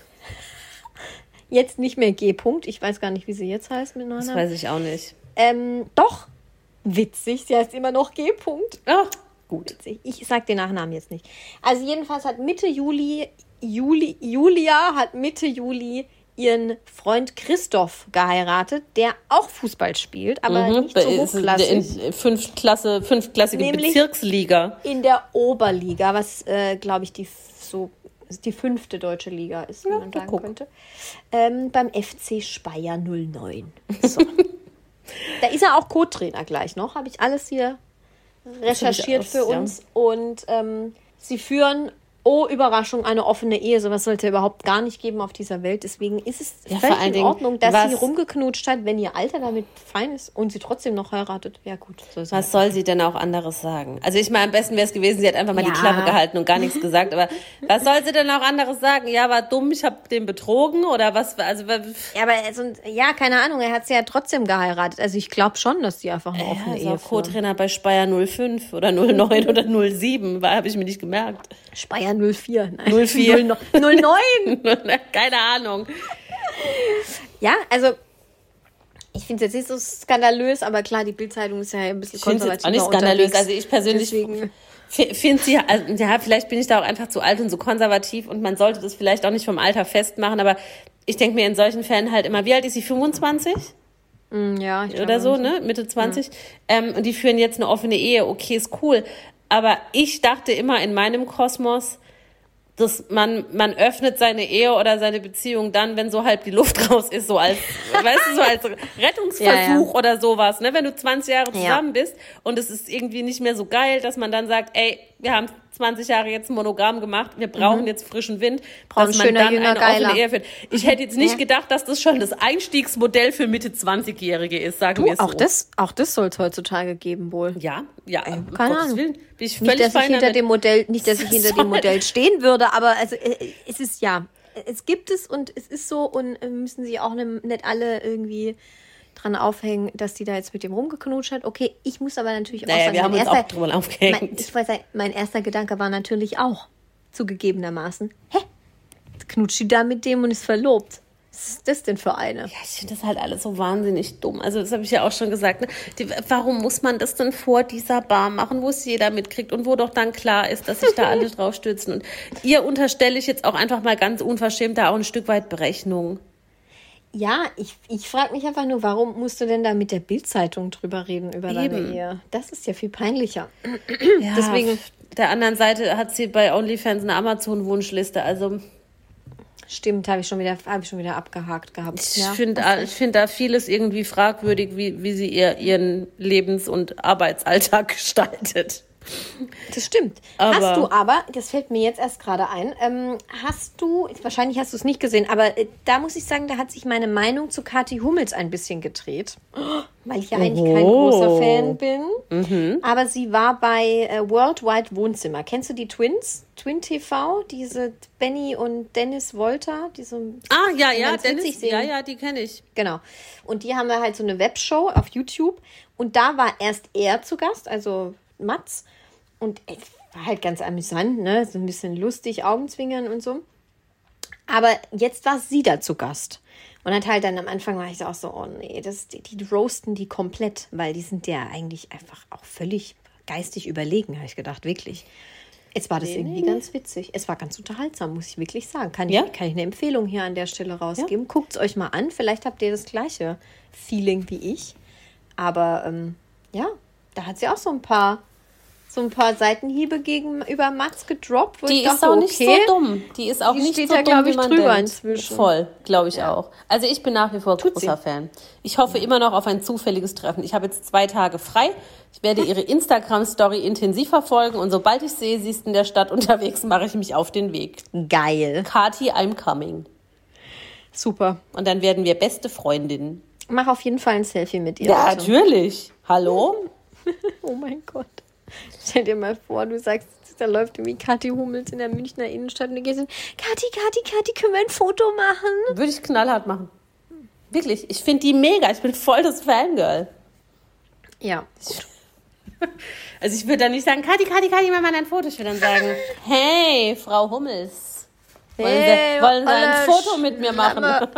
Jetzt nicht mehr G. Ich weiß gar nicht, wie sie jetzt heißt mit Das Nachnamen. weiß ich auch nicht. Ähm, doch, witzig, sie heißt immer noch G. Ah, gut. Witzig. Ich sag den Nachnamen jetzt nicht. Also jedenfalls hat Mitte Juli, Juli, Julia hat Mitte Juli ihren Freund Christoph geheiratet, der auch Fußball spielt, aber Mhm. nicht so Ist hochklassig. in fünfklasse, fünfklassige Nämlich- Bezirksliga. In der Oberliga, was, äh, glaube ich, die f- so die fünfte deutsche Liga ist, wie Ja, man sagen guck. könnte. Ähm, beim F C Speyer null neun. So. Da ist er auch Co-Trainer gleich noch. Habe ich alles hier recherchiert aus, für ja. uns. Und ähm, sie führen, oh Überraschung, eine offene Ehe. Sowas sollte es überhaupt gar nicht geben auf dieser Welt. Deswegen ist es Ja, völlig vor allen in Dingen, Ordnung, dass was- sie rumgeknutscht hat, wenn ihr Alter damit fein ist und sie trotzdem noch heiratet. Ja gut, so ist es. Was soll sie denn auch anderes sagen? Also ich meine, am besten wäre es gewesen, sie hat einfach mal Ja. die Klappe gehalten und gar nichts gesagt. Aber was soll sie denn auch anderes sagen? Ja, war dumm, ich habe den betrogen oder was? Also Ja, aber also, ja, keine Ahnung, er hat sie ja trotzdem geheiratet. Also ich glaube schon, dass die einfach eine ja, offene ist Ehe auch führen. Co-Trainer bei Speyer null fünf oder null neun oder null sieben, war habe ich mir nicht gemerkt. Speyer null vier. Nein. null vier. null neun. Keine Ahnung. Ja, also ich finde es jetzt nicht so skandalös, aber klar, die Bild-Zeitung ist ja ein bisschen Ich finde es konservativer jetzt auch nicht skandalös. unterwegs. Also ich persönlich Deswegen, finde sie, also, ja, vielleicht bin ich da auch einfach zu alt und so konservativ und man sollte das vielleicht auch nicht vom Alter festmachen, aber ich denke mir in solchen Fällen halt immer, wie alt ist sie, fünfundzwanzig? mm, ja, ich Oder glaube, so, ne? Mitte zwanzig. Ähm, und die führen jetzt eine offene Ehe. Okay, ist cool. Aber ich dachte immer in meinem Kosmos, dass man, man öffnet seine Ehe oder seine Beziehung dann, wenn so halb die Luft raus ist, so als, weißt du, so als Rettungsversuch Ja, ja. oder sowas, ne? Wenn du zwanzig Jahre Ja. zusammen bist und es ist irgendwie nicht mehr so geil, dass man dann sagt, ey, wir haben zwanzig Jahre jetzt Monogramm gemacht, wir brauchen jetzt frischen Wind, Brauchen dass man schöner, dann jünger, eine geiler. offene Ehe führt. Ich hätte jetzt nicht Ja. gedacht, dass das schon das Einstiegsmodell für Mitte zwanzigjährige ist, sagen du, wir es so. auch das, auch das soll es heutzutage geben wohl. Ja, ja, um keine Gottes Ahnung. Willen. Bin ich Nicht, völlig dass ich fein hinter damit. dem Modell, nicht, dass ich hinter Soll- dem Modell stehen würde, aber also äh, es ist ja, es gibt es und es ist so und äh, müssen sich auch ne, nicht alle irgendwie dran aufhängen, dass die da jetzt mit dem rumgeknutscht hat. Okay, ich muss aber natürlich auch Naja, sagen, wir haben mein uns erster, auch drüber aufgehängt. Mein, ich weiß, mein erster Gedanke war natürlich auch zugegebenermaßen, hä, jetzt knutscht die da mit dem und ist verlobt. Was ist das denn für eine? Ja, ich finde das halt alles so wahnsinnig dumm. Also das habe ich ja auch schon gesagt. Ne? Die, warum muss man das denn vor dieser Bar machen, wo es jeder mitkriegt und wo doch dann klar ist, dass sich da alle drauf stürzen? Und ihr unterstelle ich jetzt auch einfach mal ganz unverschämt da auch ein Stück weit Berechnung. Ja, ich, ich frage mich einfach nur, warum musst du denn da mit der Bild-Zeitung drüber reden, über deine Eben. Ehe? Das ist ja viel peinlicher. Ja, Deswegen- auf der anderen Seite hat sie bei OnlyFans eine Amazon-Wunschliste. Also Stimmt, habe ich schon wieder, habe ich schon wieder abgehakt gehabt. ich ja, finde hast ich recht. find da vieles irgendwie fragwürdig, wie, wie sie ihr, ihren Lebens- und Arbeitsalltag gestaltet. Das stimmt. Aber- hast du aber, das fällt mir jetzt erst gerade ein, ähm, hast du, wahrscheinlich hast du es nicht gesehen, aber äh, da muss ich sagen, da hat sich meine Meinung zu Kathi Hummels ein bisschen gedreht, weil ich ja eigentlich kein Oh. großer Fan bin. Aber sie war bei äh, Worldwide Wohnzimmer. Kennst du die Twins? Twin T V, diese Benny und Dennis Wolter, die so Ah, ja, die ja, ganz witzig Dennis, sehen. ja, ja, die kenne ich. Genau. Und die haben da halt so eine Webshow auf YouTube. Und da war erst er zu Gast, also Mats. Und es war halt ganz amüsant, ne? So ein bisschen lustig, Augenzwinkern und so. Aber jetzt war sie da zu Gast. Und hat halt dann am Anfang war ich auch so, oh nee, das, die, die roasten die komplett, weil die sind ja eigentlich einfach auch völlig geistig überlegen, habe ich gedacht, wirklich. Jetzt war das irgendwie ganz witzig. Es war ganz unterhaltsam, muss ich wirklich sagen. Kann ich, Ja? kann ich eine Empfehlung hier an der Stelle rausgeben. Guckt es euch mal an. Vielleicht habt ihr das gleiche Feeling wie ich. Aber ähm, ja, da hat sie auch so ein paar, so ein paar Seitenhiebe gegenüber Mats gedroppt, wo Die ich dachte, ist auch nicht okay, so dumm. Die ist auch die nicht steht so da, dumm, glaub wie ich, man drüber denkt. inzwischen. Voll, glaube ich auch. Also ich bin nach wie vor Tut großer sie. Fan. Ich hoffe immer noch auf ein zufälliges Treffen. Ich habe jetzt zwei Tage frei. Ich werde ihre Instagram-Story intensiv verfolgen und sobald ich sehe, sie ist in der Stadt unterwegs, mache ich mich auf den Weg. geil. Kathi, I'm coming. Super. Und dann werden wir beste Freundinnen. Mach auf jeden Fall ein Selfie mit ihr. Ja, bitte. natürlich. Hallo? Oh mein Gott. Stell dir mal vor, du sagst, da läuft irgendwie Kathi Hummels in der Münchner Innenstadt und du gehst hin, Kathi, Kathi, Kathi, können wir ein Foto machen? Würde ich knallhart machen. Wirklich, ich finde die mega. Ich bin voll das Fangirl. Ja. Also ich würde dann nicht sagen, Kathi, Kathi, Kathi, mach mal ein Foto. Ich würde dann sagen, hey, Frau Hummels. Wollen, Hey, Sie, wollen Sie ein Olle Foto mit mir machen? Schlampe.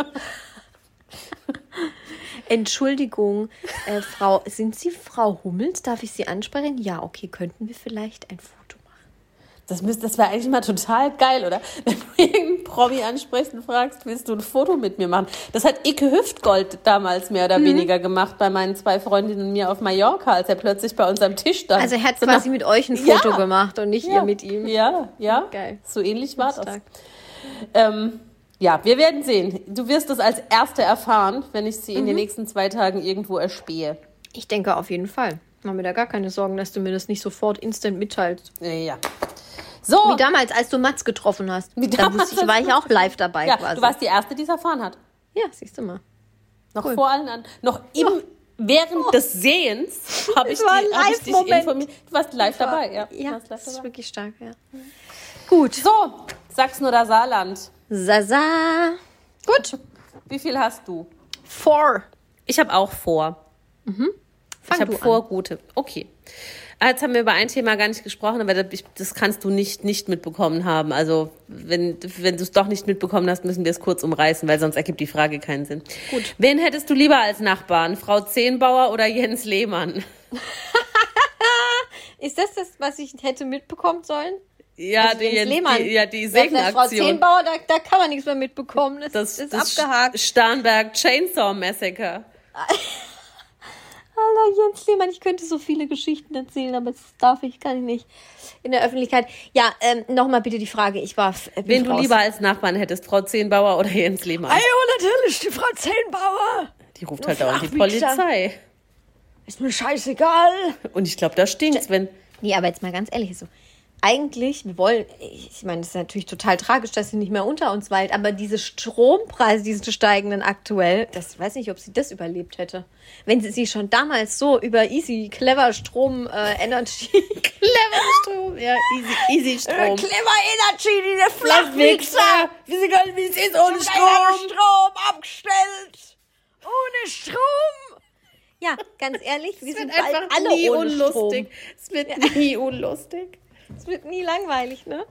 Entschuldigung, äh, Frau, sind Sie Frau Hummels? Darf ich Sie ansprechen? Ja, okay, könnten wir vielleicht ein Foto machen? Das, müsst- das wäre eigentlich mal total geil, oder? Wenn du irgendein Promi ansprichst und fragst, willst du ein Foto mit mir machen? Das hat Icke Hüftgold damals mehr oder mhm. weniger gemacht bei meinen zwei Freundinnen und mir auf Mallorca, als er plötzlich bei uns am Tisch stand. Also er hat so quasi nach, mit euch ein Foto ja, gemacht und nicht ja, ihr mit ihm. Ja, ja. Geil. So ähnlich war das. Ähm, ja, wir werden sehen. Du wirst es als Erste erfahren, wenn ich sie mhm. in den nächsten zwei Tagen irgendwo erspähe. Ich denke auf jeden Fall. Mach mir da gar keine Sorgen, dass du mir das nicht sofort instant mitteilst. Ja. So. Wie damals, als du Mats getroffen hast. Wie damals, da ich, war ich auch live dabei ja, quasi. Du warst die Erste, die es erfahren hat. Ja, siehst du mal. Noch cool. vor allen anderen. Noch im, oh. während oh. des Sehens habe ich, die, hab ich dich informiert. Du warst live war, dabei. Ja, ja live das dabei. ist wirklich stark. Ja. Gut. So, Sachsen oder Saarland? Sasa. Gut. Wie viel hast du? Four. Ich habe auch vor. Mhm. Fang ich habe vor gute. Okay. Jetzt haben wir über ein Thema gar nicht gesprochen, aber das kannst du nicht, nicht mitbekommen haben. Also wenn, wenn du es doch nicht mitbekommen hast, müssen wir es kurz umreißen, weil sonst ergibt die Frage keinen Sinn. Gut. Wen hättest du lieber als Nachbarn? Frau Zehnbauer oder Jens Lehmann? Ist das das, was ich hätte mitbekommen sollen? Ja, also die, Jens Jens, Lehmann. die, ja, die Segenaktion. Frau Zehnbauer, da, da kann man nichts mehr mitbekommen. Das, das ist das abgehakt. Starnberg Chainsaw Massacre. Hallo Jens Lehmann, ich könnte so viele Geschichten erzählen, aber das darf ich, kann ich nicht in der Öffentlichkeit. Ja, ähm, nochmal bitte die Frage, ich war... Äh, Wen du raus. lieber als Nachbarn hättest, Frau Zehnbauer oder Jens Lehmann? Ah ja, natürlich, die Frau Zehnbauer. Die ruft halt dauernd die Polizei. Ist mir scheißegal. Und ich glaube, da stinkt's, wenn... Nee, aber jetzt mal ganz ehrlich, so... Eigentlich, wir wollen, ich meine, das ist natürlich total tragisch, dass sie nicht mehr unter uns weilt, aber diese Strompreise, diese steigenden aktuell, das weiß nicht, ob sie das überlebt hätte. Wenn sie sich schon damals so über easy, clever Strom, äh, Energy, clever Strom, ja, easy, easy Strom. Äh, clever Energy, diese Flachwichser, wie sie gar nicht, wie es ist ohne Strom. Strom abgestellt. Ohne Strom. Ja, ganz ehrlich, wir sind bald alle nie ohne unlustig. Strom. Es wird ja. nie unlustig. Es wird nie langweilig, ne?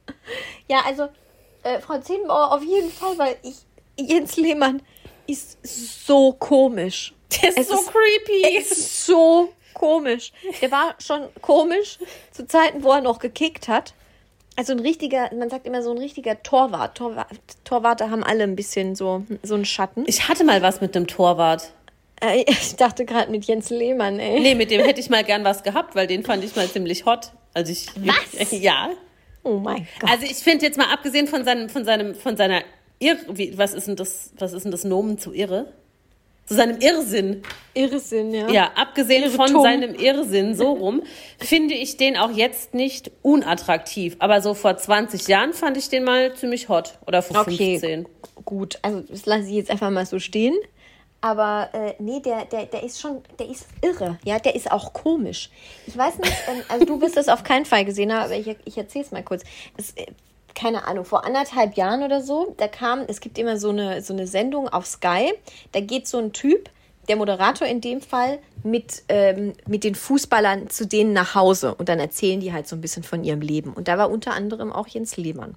Ja, also, äh, Frau Zehnbauer auf jeden Fall, weil ich, Jens Lehmann ist so komisch. Der ist es so ist, creepy. Er ist so komisch. Der war schon komisch zu Zeiten, wo er noch gekickt hat. Also ein richtiger, man sagt immer so ein richtiger Torwart. Torwart Torwarte haben alle ein bisschen so, so einen Schatten. Ich hatte mal was mit einem Torwart. Äh, ich dachte gerade mit Jens Lehmann, ey. Nee, mit dem hätte ich mal gern was gehabt, weil den fand ich mal ziemlich hot. Also ich, was? Ich, ja. Oh mein Gott. Also ich finde jetzt mal abgesehen von seinem, von seinem, von seiner Irr, wie, was ist denn das, was ist denn das Nomen zu Irre? Zu seinem Irrsinn. Irrsinn, ja. Ja, abgesehen Irrtum. von seinem Irrsinn, so rum, finde ich den auch jetzt nicht unattraktiv. Aber so vor zwanzig Jahren fand ich den mal ziemlich hot. Oder vor okay, fünfzehn. Gut, also das lasse ich jetzt einfach mal so stehen. Aber äh, nee, der, der, der ist schon, der ist irre. Ja, der ist auch komisch. Ich weiß nicht, ähm, also du wirst das auf keinen Fall gesehen haben, aber ich, ich erzähle es mal kurz. Das, äh, keine Ahnung, vor anderthalb Jahren oder so, da kam, es gibt immer so eine, so eine Sendung auf Sky, da geht so ein Typ, der Moderator in dem Fall, mit, ähm, mit den Fußballern zu denen nach Hause. Und dann erzählen die halt so ein bisschen von ihrem Leben. Und da war unter anderem auch Jens Lehmann.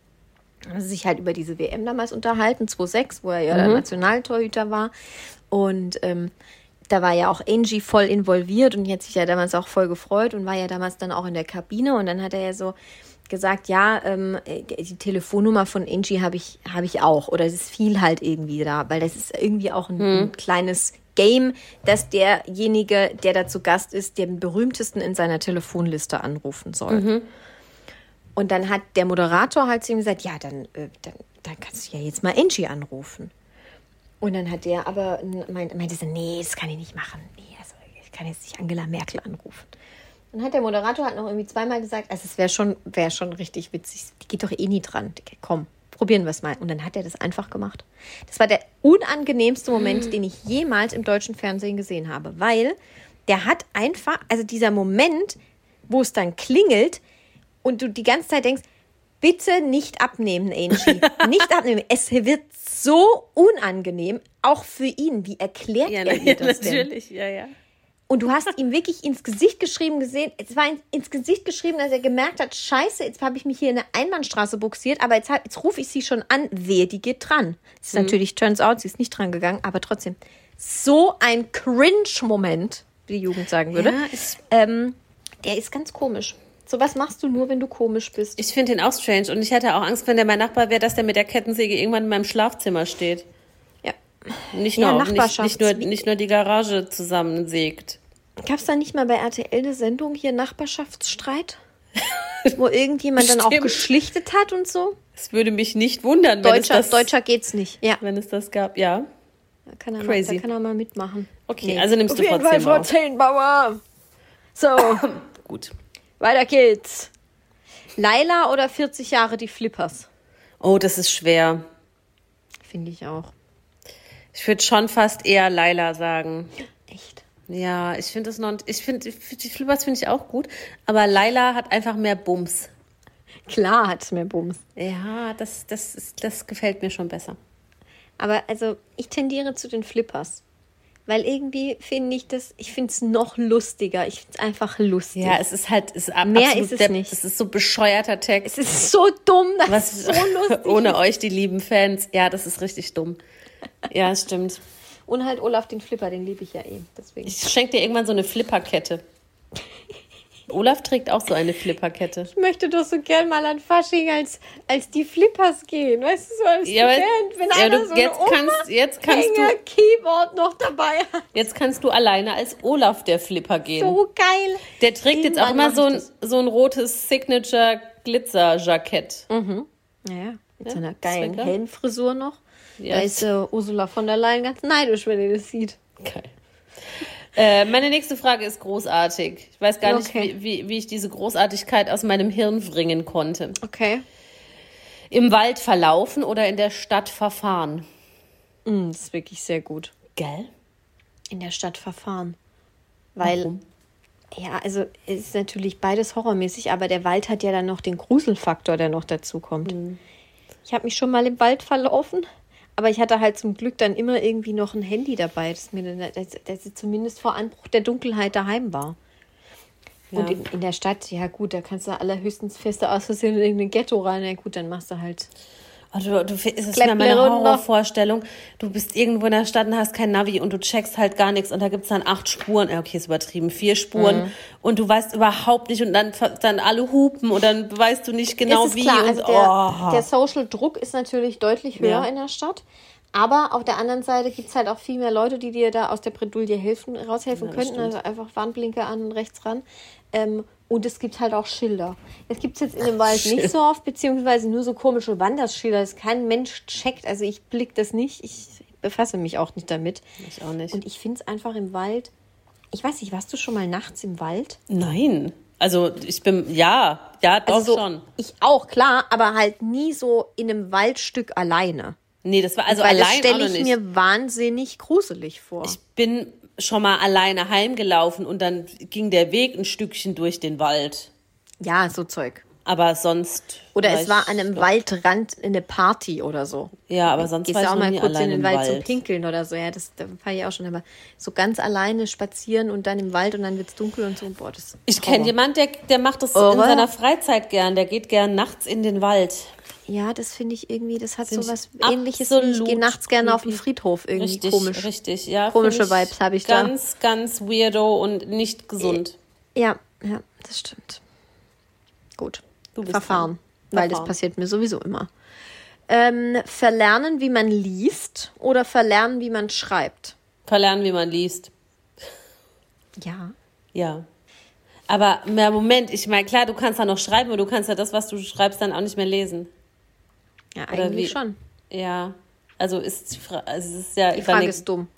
Haben sie sich halt über diese W M damals unterhalten, zweitausendsechs, wo er ja mhm. der Nationaltorhüter war. Und ähm, da war ja auch Angie voll involviert und die hat sich ja damals auch voll gefreut und war ja damals dann auch in der Kabine. Und dann hat er ja so gesagt, ja, ähm, die Telefonnummer von Angie habe ich, hab ich auch. Oder es ist viel halt irgendwie da, weil das ist irgendwie auch ein, mhm. ein kleines Game, dass derjenige, der da zu Gast ist, den berühmtesten in seiner Telefonliste anrufen soll. Mhm. Und dann hat der Moderator halt zu ihm gesagt, ja, dann, äh, dann, dann kannst du ja jetzt mal Angie anrufen. Und dann hat der aber meinte, meinte so, nee, das kann ich nicht machen. Nee, also ich kann jetzt nicht Angela Merkel anrufen. Dann hat der Moderator halt noch irgendwie zweimal gesagt, also es wäre schon, wär schon richtig witzig, die geht doch eh nie dran. Komm, probieren wir es mal. Und dann hat er das einfach gemacht. Das war der unangenehmste Moment, mhm. den ich jemals im deutschen Fernsehen gesehen habe. Weil der hat einfach, also dieser Moment, wo es dann klingelt, und du die ganze Zeit denkst, bitte nicht abnehmen, Angie. Nicht abnehmen. Es wird so unangenehm, auch für ihn. Wie erklärt ja, er dir das denn? Natürlich, ja, ja. Und du hast ihm wirklich ins Gesicht geschrieben gesehen, es war ins Gesicht geschrieben, dass er gemerkt hat, scheiße, jetzt habe ich mich hier in eine Einbahnstraße buxiert, aber jetzt, jetzt rufe ich sie schon an, wehe, die geht dran. Das ist mhm. natürlich, turns out, sie ist nicht dran gegangen, aber trotzdem, so ein Cringe-Moment, wie die Jugend sagen würde, ja, ist ähm, der ist ganz komisch. So was machst du nur, wenn du komisch bist. Ich finde den auch strange. Und ich hätte auch Angst, wenn der mein Nachbar wäre, dass der mit der Kettensäge irgendwann in meinem Schlafzimmer steht. Ja. Nicht Ja, nur, nicht, Nachbarschafts- nicht, nur, nicht nur die Garage zusammensägt. Gab es da nicht mal bei R T L eine Sendung hier Nachbarschaftsstreit? Wo irgendjemand dann auch Stimmt. geschlichtet hat und so? Es würde mich nicht wundern, wenn es Deutscher, das, Deutscher geht's nicht. Ja, wenn es das gab. Ja. da kann er, mal, Crazy. da kann er mal mitmachen. Okay, also nimmst Auf du jeden Fall trotzdem Frau auf. Zehn-Bauer. So, Gut. weiter geht's. Laila oder vierzig Jahre die Flippers? Oh, das ist schwer. Finde ich auch. Ich würde schon fast eher Laila sagen. Echt? Ja, ich finde das noch. Ich finde die Flippers finde ich auch gut, aber Laila hat einfach mehr Bums. Klar hat es mehr Bums. Ja, das, das, ist, das gefällt mir schon besser. Aber also, ich tendiere zu den Flippers. Weil irgendwie finde ich das, ich finde es noch lustiger. Ich finde es einfach lustig. Ja, es ist halt, es ist ab- Mehr absolut ist es depp. nicht. Es ist so bescheuerter Text. Es ist so dumm, das Was ist so lustig. ohne euch, die lieben Fans. Ja, das ist richtig dumm. Ja, stimmt. Und halt Olaf den Flipper, den liebe ich ja eh. Deswegen. Ich schenke dir irgendwann so eine Flipperkette. Olaf trägt auch so eine Flipperkette. Ich möchte doch so gern mal an Fasching als, als die Flippers gehen. Weißt du, so als Ja, aber- Student, wenn ja, einer du- so jetzt eine kannst- jetzt kannst du- Keyboard noch dabei hat. Jetzt kannst du alleine als Olaf der Flipper gehen. So geil. Der trägt jetzt auch Irgendwann immer so mach ein, ich so ein rotes Signature-Glitzer-Jackett. Ja, mit Ja, so einer geilen Zwicker. Heldenfrisur noch. Ja. Da ist äh, Ursula von der Leyen ganz neidisch, wenn ihr das sieht. Geil. Äh, meine nächste Frage ist großartig. Ich weiß gar nicht, Okay. wie, wie, wie ich diese Großartigkeit aus meinem Hirn bringen konnte. Okay. Im Wald verlaufen oder in der Stadt verfahren? Mm, das ist wirklich sehr gut. Gell? In der Stadt verfahren. Weil, Warum? ja, also es ist natürlich beides horrormäßig, aber der Wald hat ja dann noch den Gruselfaktor, der noch dazu kommt. Ich habe mich schon mal im Wald verlaufen, aber ich hatte halt zum Glück dann immer irgendwie noch ein Handy dabei, das mir dann, das, das zumindest vor Anbruch der Dunkelheit daheim war. Und Ja. in, in der Stadt, ja gut, da kannst du allerhöchstens feste aus Versehen in irgendein Ghetto rein. Ja gut, dann machst du halt. Oh, du, du, es ist Klepple mir meine runter. Horrorvorstellung. Du bist irgendwo in der Stadt und hast kein Navi und du checkst halt gar nichts und da gibt's dann acht Spuren. Ja, okay, ist übertrieben. Vier Spuren. Mhm. Und du weißt überhaupt nicht und dann, dann alle hupen und dann weißt du nicht genau ist es wie. klar, und, also der, oh. der Social-Druck ist natürlich deutlich höher Ja. in der Stadt. Aber auf der anderen Seite gibt es halt auch viel mehr Leute, die dir da aus der Bredouille helfen, raushelfen Ja, das könnten. stimmt. Also einfach Warnblinker an und rechts ran. Ähm, und es gibt halt auch Schilder. Es gibt es jetzt in dem Wald nicht so oft, beziehungsweise nur so komische Wanderschilder, das kein Mensch checkt. Also ich blick das nicht. Ich befasse mich auch nicht damit. Ich auch nicht. Und ich finde es einfach im Wald. Ich weiß nicht, warst du schon mal nachts im Wald? Nein. Also ich bin, ja, ja, doch Also so, schon. Ich auch, klar, aber halt nie so in einem Waldstück alleine. Nee, das war also Weil das allein auch stelle noch ich nicht. mir wahnsinnig gruselig vor. Ich bin schon mal alleine heimgelaufen und dann ging der Weg ein Stückchen durch den Wald. ja, so Zeug. Aber sonst. Oder es ich war an einem doch- Waldrand eine Party oder so. Ja, aber sonst Gehst war du ich auch noch mal nie kurz in allein den im Wald, Wald. zum Pinkeln oder so. Ja, das da fahre ich auch schon. Aber so ganz alleine spazieren und dann im Wald und dann wird es dunkel und so. Boah, das Ich kenne jemanden, der, der macht das Horror. in seiner Freizeit gern. Der geht gern nachts in den Wald. Ja, das finde ich irgendwie, das hat Find so was ich Ähnliches. Wie ich absolut gehe nachts gerne auf den creepy. Friedhof. Irgendwie Richtig, komisch. richtig. Ja, Komische find Vibes habe ich da. Ganz, ganz weirdo und nicht gesund. Ja, ja, das stimmt. Gut. Du bist Verfahren. dran. Weil das Verfahren. passiert mir sowieso immer. Ähm, verlernen, wie man liest oder verlernen, wie man schreibt? Verlernen, wie man liest. Ja. Ja. Aber na, Moment, ich meine, klar, du kannst da noch schreiben, aber du kannst ja das, was du schreibst, dann auch nicht mehr lesen. Ja, Oder eigentlich wie? schon. Ja. Also ist die Frage, also es ist ja. Die Frage ist dumm.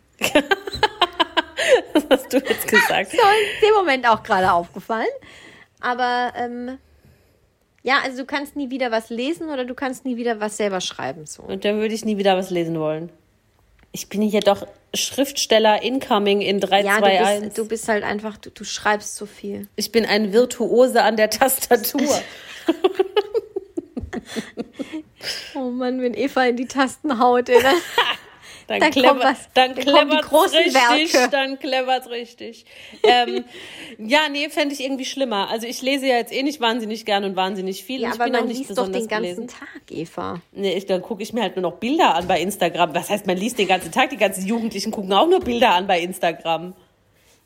Was hast du jetzt gesagt? So in dem Moment auch gerade aufgefallen. Aber ähm, ja, also du kannst nie wieder was lesen oder du kannst nie wieder was selber schreiben. So. Und dann würde ich nie wieder was lesen wollen. Ich bin hier doch Schriftsteller incoming in drei, Ja, zwei, du eins. bist, du bist halt einfach, du, du schreibst so viel. Ich bin ein Virtuose an der Tastatur. Oh Mann, wenn Eva in die Tasten haut, ey, dann, Dann, Dann clever, kommt was. dann Dann kommen die clevert's großen richtig, Werke. dann clevert's richtig. ähm, ja, nee, fände ich irgendwie schlimmer. Also ich lese ja jetzt eh nicht wahnsinnig gern und wahnsinnig viel. ja, und ich aber bin auch man nicht liest doch besonders den ganzen gelesen. Tag, Eva. Nee, ich, dann gucke ich mir halt nur noch Bilder an bei Instagram. Was heißt, man liest den ganzen Tag? Die ganzen Jugendlichen gucken auch nur Bilder an bei Instagram.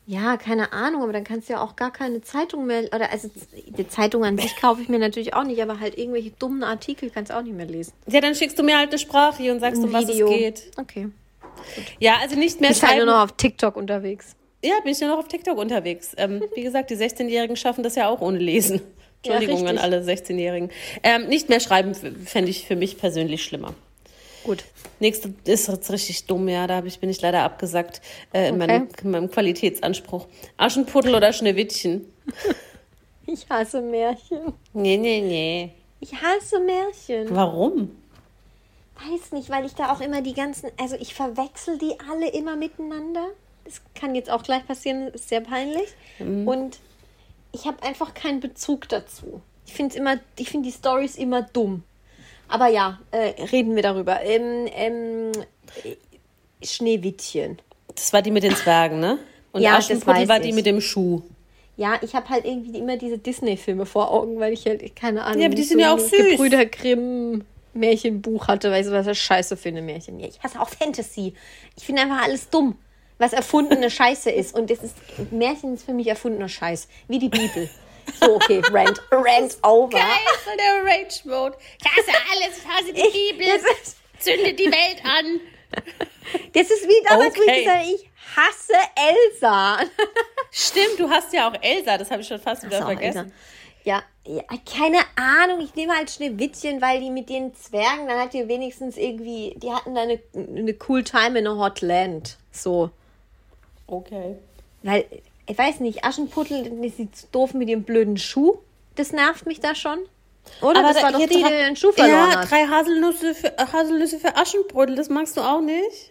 Ja, keine Ahnung, aber dann kannst du ja auch gar keine Zeitung mehr, oder also die Zeitung an sich kaufe ich mir natürlich auch nicht, aber halt irgendwelche dummen Artikel kannst du auch nicht mehr lesen. Ja, dann schickst du mir halt eine Sprache und sagst, Ein um was Video. es geht. Okay. Ja, also nicht mehr Ich bin halt nur schreiben. noch auf TikTok unterwegs. Ja, bin ich nur noch auf TikTok unterwegs. Ähm, wie gesagt, die sechzehnjährigen schaffen das ja auch ohne Lesen. Entschuldigung Ja, an richtig. alle sechzehnjährigen. Ähm, nicht mehr schreiben f- fände ich für mich persönlich schlimmer. Gut. Nächste ist jetzt richtig dumm, ja, da hab ich, bin ich leider abgesackt äh, in, Okay. meinem, in meinem Qualitätsanspruch. Aschenputtel oder Schneewittchen? Ich hasse Märchen. Nee, nee, nee. Ich hasse Märchen. Warum? Weiß nicht, weil ich da auch immer die ganzen, also ich verwechsel die alle immer miteinander. Das kann jetzt auch gleich passieren, ist sehr peinlich. Mhm. Und ich habe einfach keinen Bezug dazu. Ich finde immer, ich finde die Storys immer dumm. Aber ja, äh, reden wir darüber. Ähm, ähm, äh, Schneewittchen. Das war die mit den Zwergen, ne? Und Ja, das Aschenputtel weiß war die ich. mit dem Schuh. Ja, ich habe halt irgendwie immer diese Disney-Filme vor Augen, weil ich halt, keine Ahnung, Ja, aber die nicht sind ja auch ein süß. Gebrüder Grimm Märchenbuch hatte, weil ich so was das Scheiße finde, Märchen. Ja, ich hasse auch Fantasy. Ich finde einfach alles dumm, was erfundene Scheiße ist. Und das ist, Märchen ist für mich erfundener Scheiß. Wie die Bibel. So, okay, Rant, Rant over. Geil, so der Rage-Mode. Ich hasse alles, ich hasse die Ich, Bibel. das, ist, Zünde die Welt an. das ist wie damals, wo Okay. ich gesagt habe, ich hasse Elsa. Stimmt, du hast ja auch Elsa, das habe ich schon fast wieder Ist auch vergessen. Elsa. Ja, ja, keine Ahnung. Ich nehme halt Schneewittchen, weil die mit den Zwergen, dann hat die wenigstens irgendwie, die hatten da eine, eine cool time in a hot land. So. Okay. Weil, ich weiß nicht, Aschenputtel, die ist so doof mit ihrem blöden Schuh. Das nervt mich da schon. Oder? Aber das da- war doch hier die, die drei- den Schuh verloren Ja, hat. drei Haselnüsse für, äh, Haselnüsse für Aschenbrödel, das magst du auch nicht?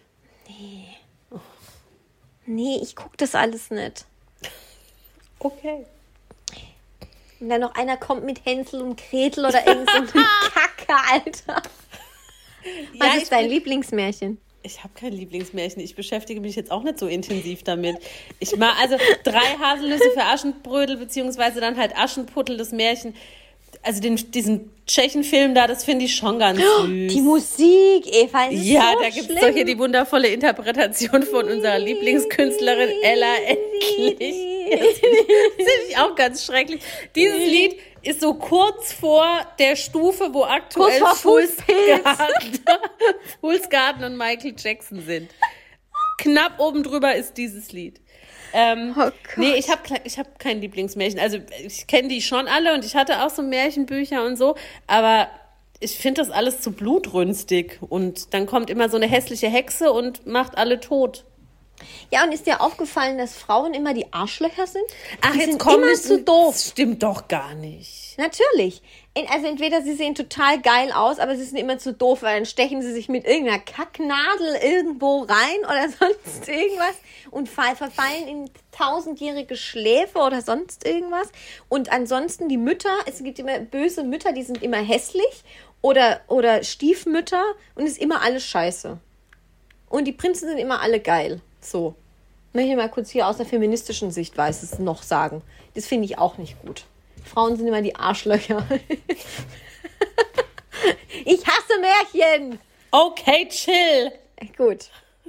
Nee, ich guck das alles nicht. Okay. Und dann noch einer kommt mit Hänsel und Gretel oder irgend so eine Kacke, Alter. Was Ja, ich ist dein bin- Lieblingsmärchen? Ich habe kein Lieblingsmärchen. Ich beschäftige mich jetzt auch nicht so intensiv damit. Ich mag also drei Haselnüsse für Aschenbrödel, beziehungsweise dann halt Aschenputtel, das Märchen. Also den, diesen Tschechenfilm da, das finde ich schon ganz süß. Die Musik, Eva, das ist Ja, so da gibt es schlimm. doch hier die wundervolle Interpretation von unserer Lieblingskünstlerin Ella Endlich. Das finde ich auch ganz schrecklich. Dieses Lied ist so kurz vor der Stufe, wo aktuell Kurz vor Fools Fußpilz. Garden, Fools Garden und Michael Jackson sind. Knapp oben drüber ist dieses Lied. Ähm, Oh Gott. nee, ich habe ich hab kein Lieblingsmärchen. Also ich kenne die schon alle und ich hatte auch so Märchenbücher und so, aber ich finde das alles zu blutrünstig. Und dann kommt immer so eine hässliche Hexe und macht alle tot. Ja, und ist dir aufgefallen, dass Frauen immer die Arschlöcher sind? Ach, die jetzt sind komm immer nicht- zu doof. Das stimmt doch gar nicht. Natürlich. En- Also entweder sie sehen total geil aus, aber sie sind immer zu doof, weil dann stechen sie sich mit irgendeiner Kacknadel irgendwo rein oder sonst irgendwas und fall- verfallen in tausendjährige Schläfe oder sonst irgendwas. Und ansonsten die Mütter, es gibt immer böse Mütter, die sind immer hässlich oder, oder Stiefmütter und ist immer alles scheiße. Und die Prinzen sind immer alle geil. So. Möchte ich mal kurz hier aus der feministischen Sichtweise noch sagen. Das finde ich auch nicht gut. Frauen sind immer die Arschlöcher. Ich hasse Märchen. Okay, chill. Gut.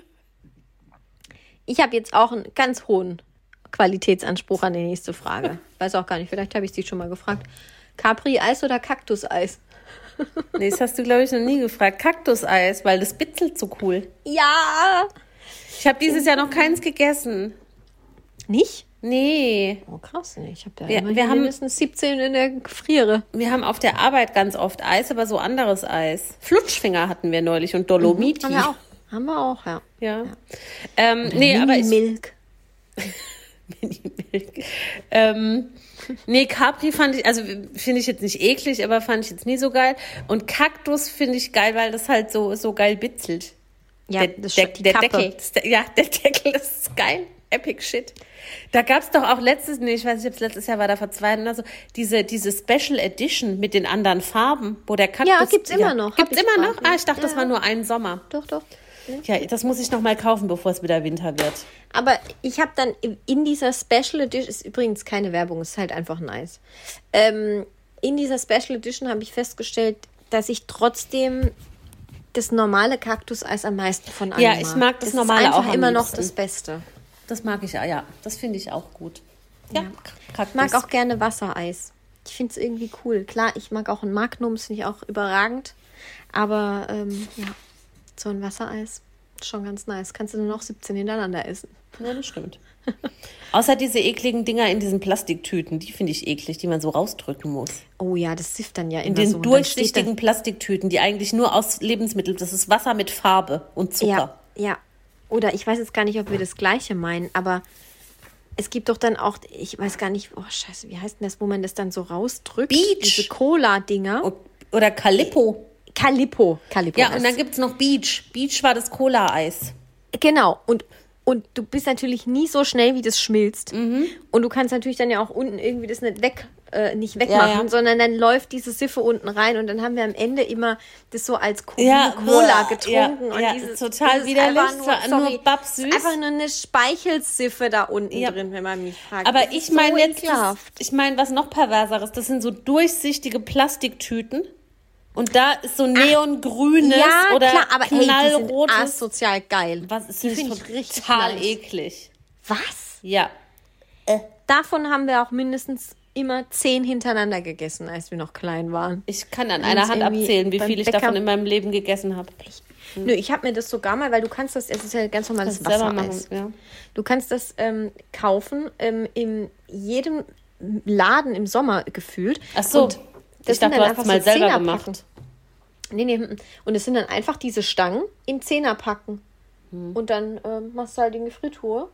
Ich habe jetzt auch einen ganz hohen Qualitätsanspruch an die nächste Frage. Weiß auch gar nicht, vielleicht habe ich sie schon mal gefragt. Capri-Eis oder Kaktuseis? Nee, das hast du, glaube ich, noch nie gefragt. Kaktuseis, weil das bitzelt so cool. Ja. Ich habe dieses Jahr noch keins gegessen. Nicht? Nee. Oh, krass. Nee, ich habe da Wir- immerhin wir haben- mindestens siebzehn in der Friere. Wir haben auf der Arbeit ganz oft Eis, aber so anderes Eis. Flutschfinger hatten wir neulich und Dolomiti. Haben wir auch. Haben wir auch, ja. Ja. Ähm, nee, aber ich, Milk. Mini-Milk. Ähm, nee, Capri fand ich, also finde ich jetzt nicht eklig, aber fand ich jetzt nie so geil. Und Kaktus finde ich geil, weil das halt so, so geil bitzelt. Ja, der, das der, ist die der Kappe. Deckel. Das, der, ja, der Deckel, das ist geil. Epic Shit. Da gab's doch auch letztes, nee, ich weiß nicht, ob es letztes Jahr war, da vor zwei Jahren oder so, diese, diese Special Edition mit den anderen Farben, wo der Kaktus... Ja, gibt's immer noch. Hab Gibt's ich immer grad, noch? ja. Ah, ich dachte, das Ja. war nur ein Sommer. Doch, doch. Ja, das muss ich noch mal kaufen, bevor es wieder Winter wird. Aber ich habe dann in dieser Special Edition, ist übrigens keine Werbung, ist halt einfach nice. Ähm, in dieser Special Edition habe ich festgestellt, dass ich trotzdem das normale Kaktuseis am meisten von allen Ja, ich mag das normale ist auch einfach am immer noch liebsten. das Beste. Das mag ich, ja. Das finde ich auch gut. Ja, ja. Ich mag auch gerne Wassereis. Ich finde es irgendwie cool. Klar, ich mag auch ein Magnum, das finde ich auch überragend. Aber ähm, ja, so ein Wassereis, schon ganz nice. Kannst du nur noch siebzehn hintereinander essen. Ja, das stimmt. Außer diese ekligen Dinger in diesen Plastiktüten, die finde ich eklig, die man so rausdrücken muss. Oh ja, das sifft dann ja immer in den so. durchsichtigen Plastiktüten, die eigentlich nur aus Lebensmitteln, das ist Wasser mit Farbe und Zucker. Ja, ja. Oder ich weiß jetzt gar nicht, ob wir das Gleiche meinen, aber es gibt doch dann auch, ich weiß gar nicht, oh scheiße, wie heißt denn das, wo man das dann so rausdrückt? Beach. Diese Cola-Dinger. Oder Calippo. Calippo. Calippo ja, und dann gibt es noch Beach. Beach war das Cola-Eis. Genau, und Und du bist natürlich nie so schnell, wie das schmilzt. Mhm. Und du kannst natürlich dann ja auch unten irgendwie das nicht weg, äh, nicht wegmachen, ja, ja. sondern dann läuft diese Siffe unten rein und dann haben wir am Ende immer das so als ja, Cola getrunken. Ja, und ja, dieses, total das widerlich, nur, nur sorry, babsüß. ist einfach nur eine Speichelsiffe da unten ja. drin, wenn man mich fragt. Aber das ich so meine jetzt, ekelhaft. das, ich meine, was noch perverseres, das sind so durchsichtige Plastiktüten. Und da ist so neongrünes ja, oder klar, aber knallrotes. Hey, die sind asozial geil. Was ist die das finde ich richtig total nice. eklig. Was? Ja. Äh. Davon haben wir auch mindestens immer zehn hintereinander gegessen, als wir noch klein waren. Ich kann an Wir einer haben's Hand irgendwie abzählen, wie beim viel ich Bäcker- davon in meinem Leben gegessen habe. Nö, ich habe mir das sogar mal, weil du kannst das, es ist ja ganz normales Kannst selber Wassereis. machen, ja. Du kannst das ähm, kaufen ähm, in jedem Laden im Sommer gefühlt. Ach so, Und ich dachte, du hast es mal selber Zehnerpacken. gemacht. Nee, nee, mm. und es sind dann einfach diese Stangen in Zehnerpacken. Hm. Und dann ähm, machst du halt in die Frittur.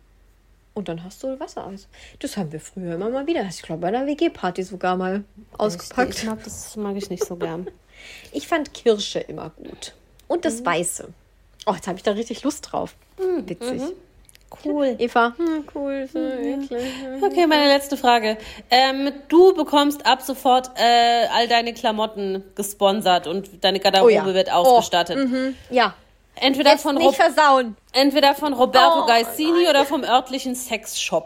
Und dann hast du Wassereis. Das haben wir früher immer mal wieder. Ich glaube, bei einer W G-Party sogar mal ausgepackt. Ich mag das mag ich nicht so gern. Ich fand Kirsche immer gut. Und das mhm. Weiße. Oh, jetzt habe ich da richtig Lust drauf. Mhm. Witzig. Mhm. Cool. Eva, hm, cool. So eklig. Okay, meine letzte Frage. Ähm, du bekommst ab sofort äh, all deine Klamotten gesponsert und deine Garderobe oh ja. wird ausgestattet. Oh, mhm. Ja. Entweder Jetzt von, nicht Rob- versauen. entweder von Roberto Oh, Gaisini oder vom örtlichen Sexshop.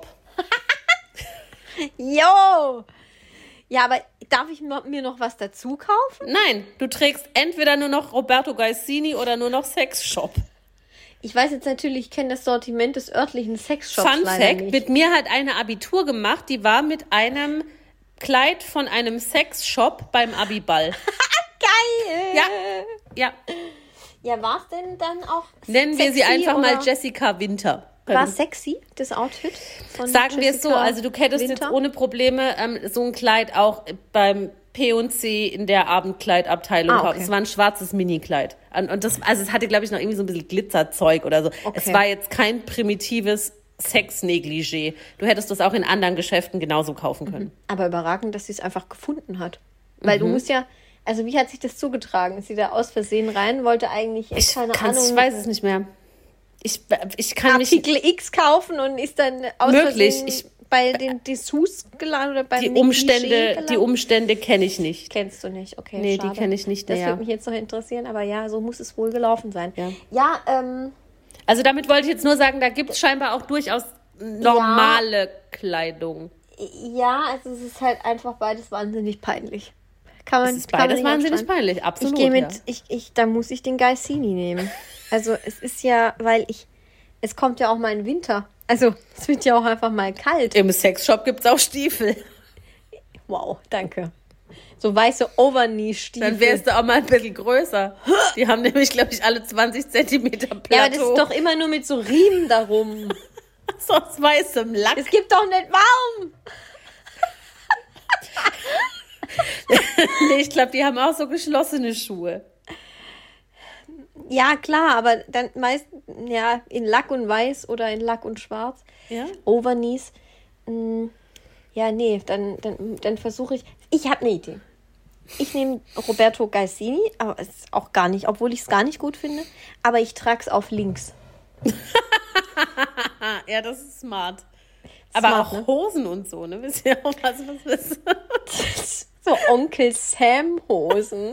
Jo! Ja, aber darf ich mir noch was dazu kaufen? Nein, du trägst entweder nur noch Roberto Gaisini oder nur noch Sexshop. Ich weiß jetzt natürlich, ich kenne das Sortiment des örtlichen Sexshops Fun leider Fact, nicht. mit mir hat eine Abitur gemacht, die war mit einem Kleid von einem Sexshop beim Abiball. Geil! Ja, ja. Ja, war es denn dann auch Nennen wir sie sexy einfach oder mal Jessica Winter. War sexy, das Outfit? Von Sagen wir es so, Jessica also du hättest Winter? jetzt ohne Probleme ähm, so ein Kleid auch beim P und C in der Abendkleidabteilung Ah, kaufen. okay. Es war ein schwarzes Minikleid. Und und das, also es hatte, glaube ich, noch irgendwie so ein bisschen Glitzerzeug oder so. Okay. Es war jetzt kein primitives Sex-Negligé. Du hättest das auch in anderen Geschäften genauso kaufen können. Aber überragend, dass sie es einfach gefunden hat. Weil du musst ja, also wie hat sich das zugetragen? Ist sie da aus Versehen rein, wollte eigentlich, Ich, keine kann's- Ahnung, ich weiß es nicht mehr. Ich, ich kann mich... Artikel X kaufen und ist dann aus Möglich. Versehen Ich- bei den Dessous gelandet oder beim Die Negligé Umstände, gelandet? die Umstände kenne ich nicht. Kennst du nicht, okay. Nee, die schade. kenn ich nicht Das näher. würde mich jetzt noch interessieren, aber ja, so muss es wohl gelaufen sein. Ja. Ja, ähm, Also damit wollte ich jetzt nur sagen, da gibt es scheinbar auch durchaus normale Kleidung. ja, also es ist halt einfach beides wahnsinnig peinlich. Kann man, Es ist kann man beides nicht wahnsinnig abstreiten. peinlich, Ich absolut. gehe mit, ja. ich, ich, da muss ich den Gaisini nehmen. Also es ist ja, weil ich, es kommt ja auch mal ein Winter. Also es wird ja auch einfach mal kalt. Im Sexshop gibt es auch Stiefel. Wow, danke. So weiße Overknee-Stiefel. Dann wärst du auch mal ein bisschen größer. Die haben nämlich, glaube ich, alle zwanzig Zentimeter Plateau. Ja, aber das ist doch immer nur mit so Riemen darum. so aus weißem Lack. Es gibt doch nicht warm. nee, ich glaube, die haben auch so geschlossene Schuhe. Ja, klar, aber dann meist ja, in Lack und Weiß oder in Lack und Schwarz. Ja? Overknees. Mm, ja, nee, dann, dann, dann versuche ich. Ich habe eine Idee. Ich nehme Roberto Gaisini, aber es ist auch gar nicht, obwohl ich es gar nicht gut finde, aber ich trage es auf links. Ah, ja, das ist smart. Aber Smart, auch ne? Hosen und so, ne? Wisst ihr auch, was was ist? So Onkel Sam Hosen.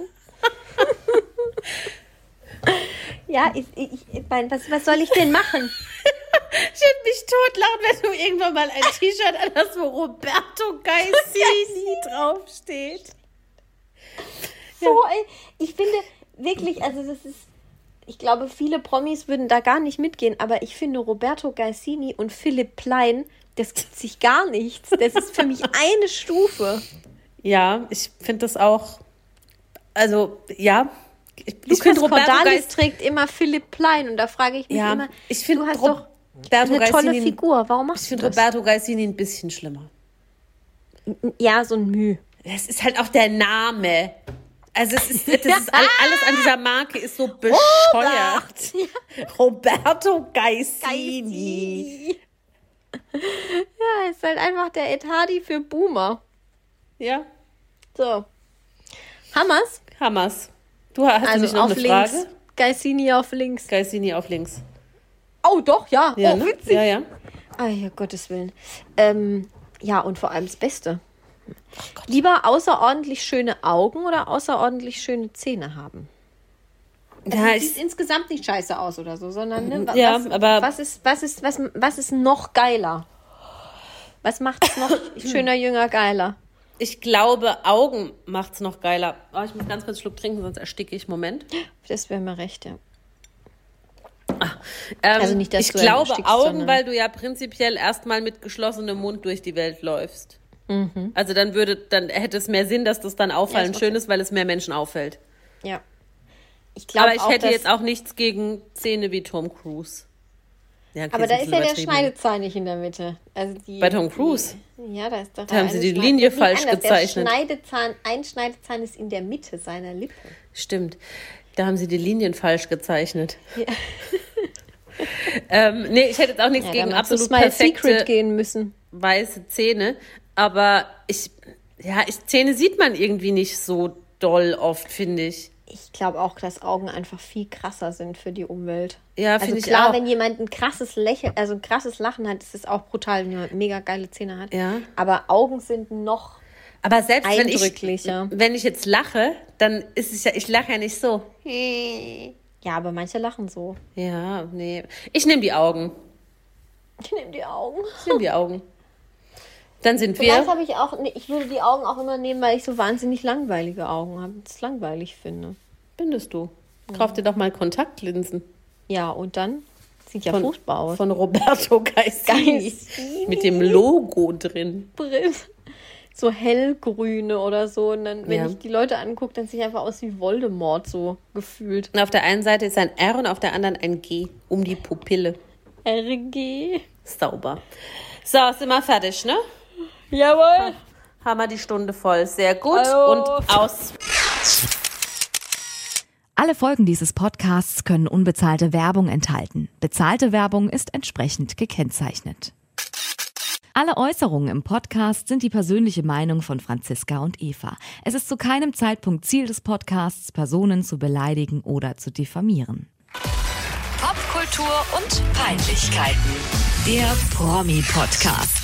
Ja, ich, ich, ich mein, was, was soll ich denn machen? Ich hätte mich totlachen, wenn du irgendwann mal ein T-Shirt anhast, wo Roberto Gaisini draufsteht. So, ey, ich finde wirklich, also das ist ich glaube, viele Promis würden da gar nicht mitgehen, aber ich finde Roberto Gaisini und Philipp Plein, das gibt sich gar nichts. Das ist für mich eine Stufe. Ja, ich finde das auch, also, ja. Ich, Lukas ich finde Roberto Cordalis Geis, trägt immer Philipp Plein und da frage ich mich ja, immer, ich find du hast Rob- doch Roberto eine tolle Gaisini- Figur, warum Ich machst du finde das? Roberto Gaisini ein bisschen schlimmer. Ja, so ein Mühe. Das ist halt auch der Name. Also es ist, das ist all- alles an dieser Marke ist so bescheuert. Roberto Gaisini. Ja, ist halt einfach der Ed Hardy für Boomer. Ja, So. Hammers? Hammers. Du hast Also nicht noch auf eine links. Frage? Gaisini auf links. Gaisini auf links. Oh, doch, ja. Ja, oh, ne? witzig. Ja, ja. Ah, ja, Gottes Willen. Ähm, ja, und vor allem das Beste. Lieber außerordentlich schöne Augen oder außerordentlich schöne Zähne haben? Also Ja, es ich- sieht insgesamt nicht scheiße aus oder so, sondern ne, wa- Ja, was, aber- was, ist, was, ist, was, was ist noch geiler? Was macht es noch schöner, jünger, geiler? Ich glaube, Augen macht's noch geiler. Oh, ich muss ganz kurz einen Schluck trinken, sonst ersticke ich. Moment. Das wäre mir recht, ja. Ähm, Also nicht, dass ich du glaube erstickst, Augen, sondern- weil du ja prinzipiell erstmal mit geschlossenem Mund durch die Welt läufst. Mhm. Also dann würde, dann hätte es mehr Sinn, dass das dann auffallend Ja, ist schön ist, weil es mehr Menschen auffällt. Ja. Ich glaube Aber ich auch, hätte dass, jetzt auch nichts gegen Zähne wie Tom Cruise. Ja, okay, Aber da ein ist bisschen ja der übertrieben. Schneidezahn nicht in der Mitte. Also die, Bei Tom Cruise? Die, ja, da ist doch Da haben sie eine die Schneid- Linie Nee, falsch anders. gezeichnet. Der Schneidezahn, ein Schneidezahn ist in der Mitte seiner Lippe. Stimmt. Da haben sie die Linien falsch gezeichnet. ähm, nee, ich hätte jetzt auch nichts Ja, gegen dann absolut Smile perfekte Secret gehen müssen. weiße Zähne. Aber ich, ja, ich, Zähne sieht man irgendwie nicht so doll oft, finde ich. Ich glaube auch, dass Augen einfach viel krasser sind für die Umwelt. Ja, Also finde ich klar, auch. wenn jemand ein krasses Lächeln, also ein krasses Lachen hat, ist es auch brutal, wenn jemand mega geile Zähne hat. Ja. Aber Augen sind noch Aber selbst wenn ich, eindrücklicher. wenn ich jetzt lache, dann ist es ja, ich lache ja nicht so. Ja, aber manche lachen so. Ja, nee. Ich nehme die Augen. Ich nehme die Augen. Ich nehme die Augen. Dann sind Vielleicht wir. habe ich auch, nee, ich würde die Augen auch immer nehmen, weil ich so wahnsinnig langweilige Augen habe. Das langweilig finde. Findest du? Kauf dir doch mal Kontaktlinsen. Ja, und dann sieht ja Von, furchtbar aus. von Roberto Gaisini. Gaisini. Mit dem Logo drin. So hellgrüne oder so. Und dann, wenn Ja. ich die Leute angucke, dann sieht einfach aus wie Voldemort so gefühlt. Und auf der einen Seite ist ein R und auf der anderen ein G. Um die Pupille. R G. Sauber. So, sind wir fertig, ne? Jawohl. Haben wir die Stunde voll. Sehr gut. Hallo. Und aus. Alle Folgen dieses Podcasts können unbezahlte Werbung enthalten. Bezahlte Werbung ist entsprechend gekennzeichnet. Alle Äußerungen im Podcast sind die persönliche Meinung von Franziska und Eva. Es ist zu keinem Zeitpunkt Ziel des Podcasts, Personen zu beleidigen oder zu diffamieren. Popkultur und Peinlichkeiten. Der Promi-Podcast.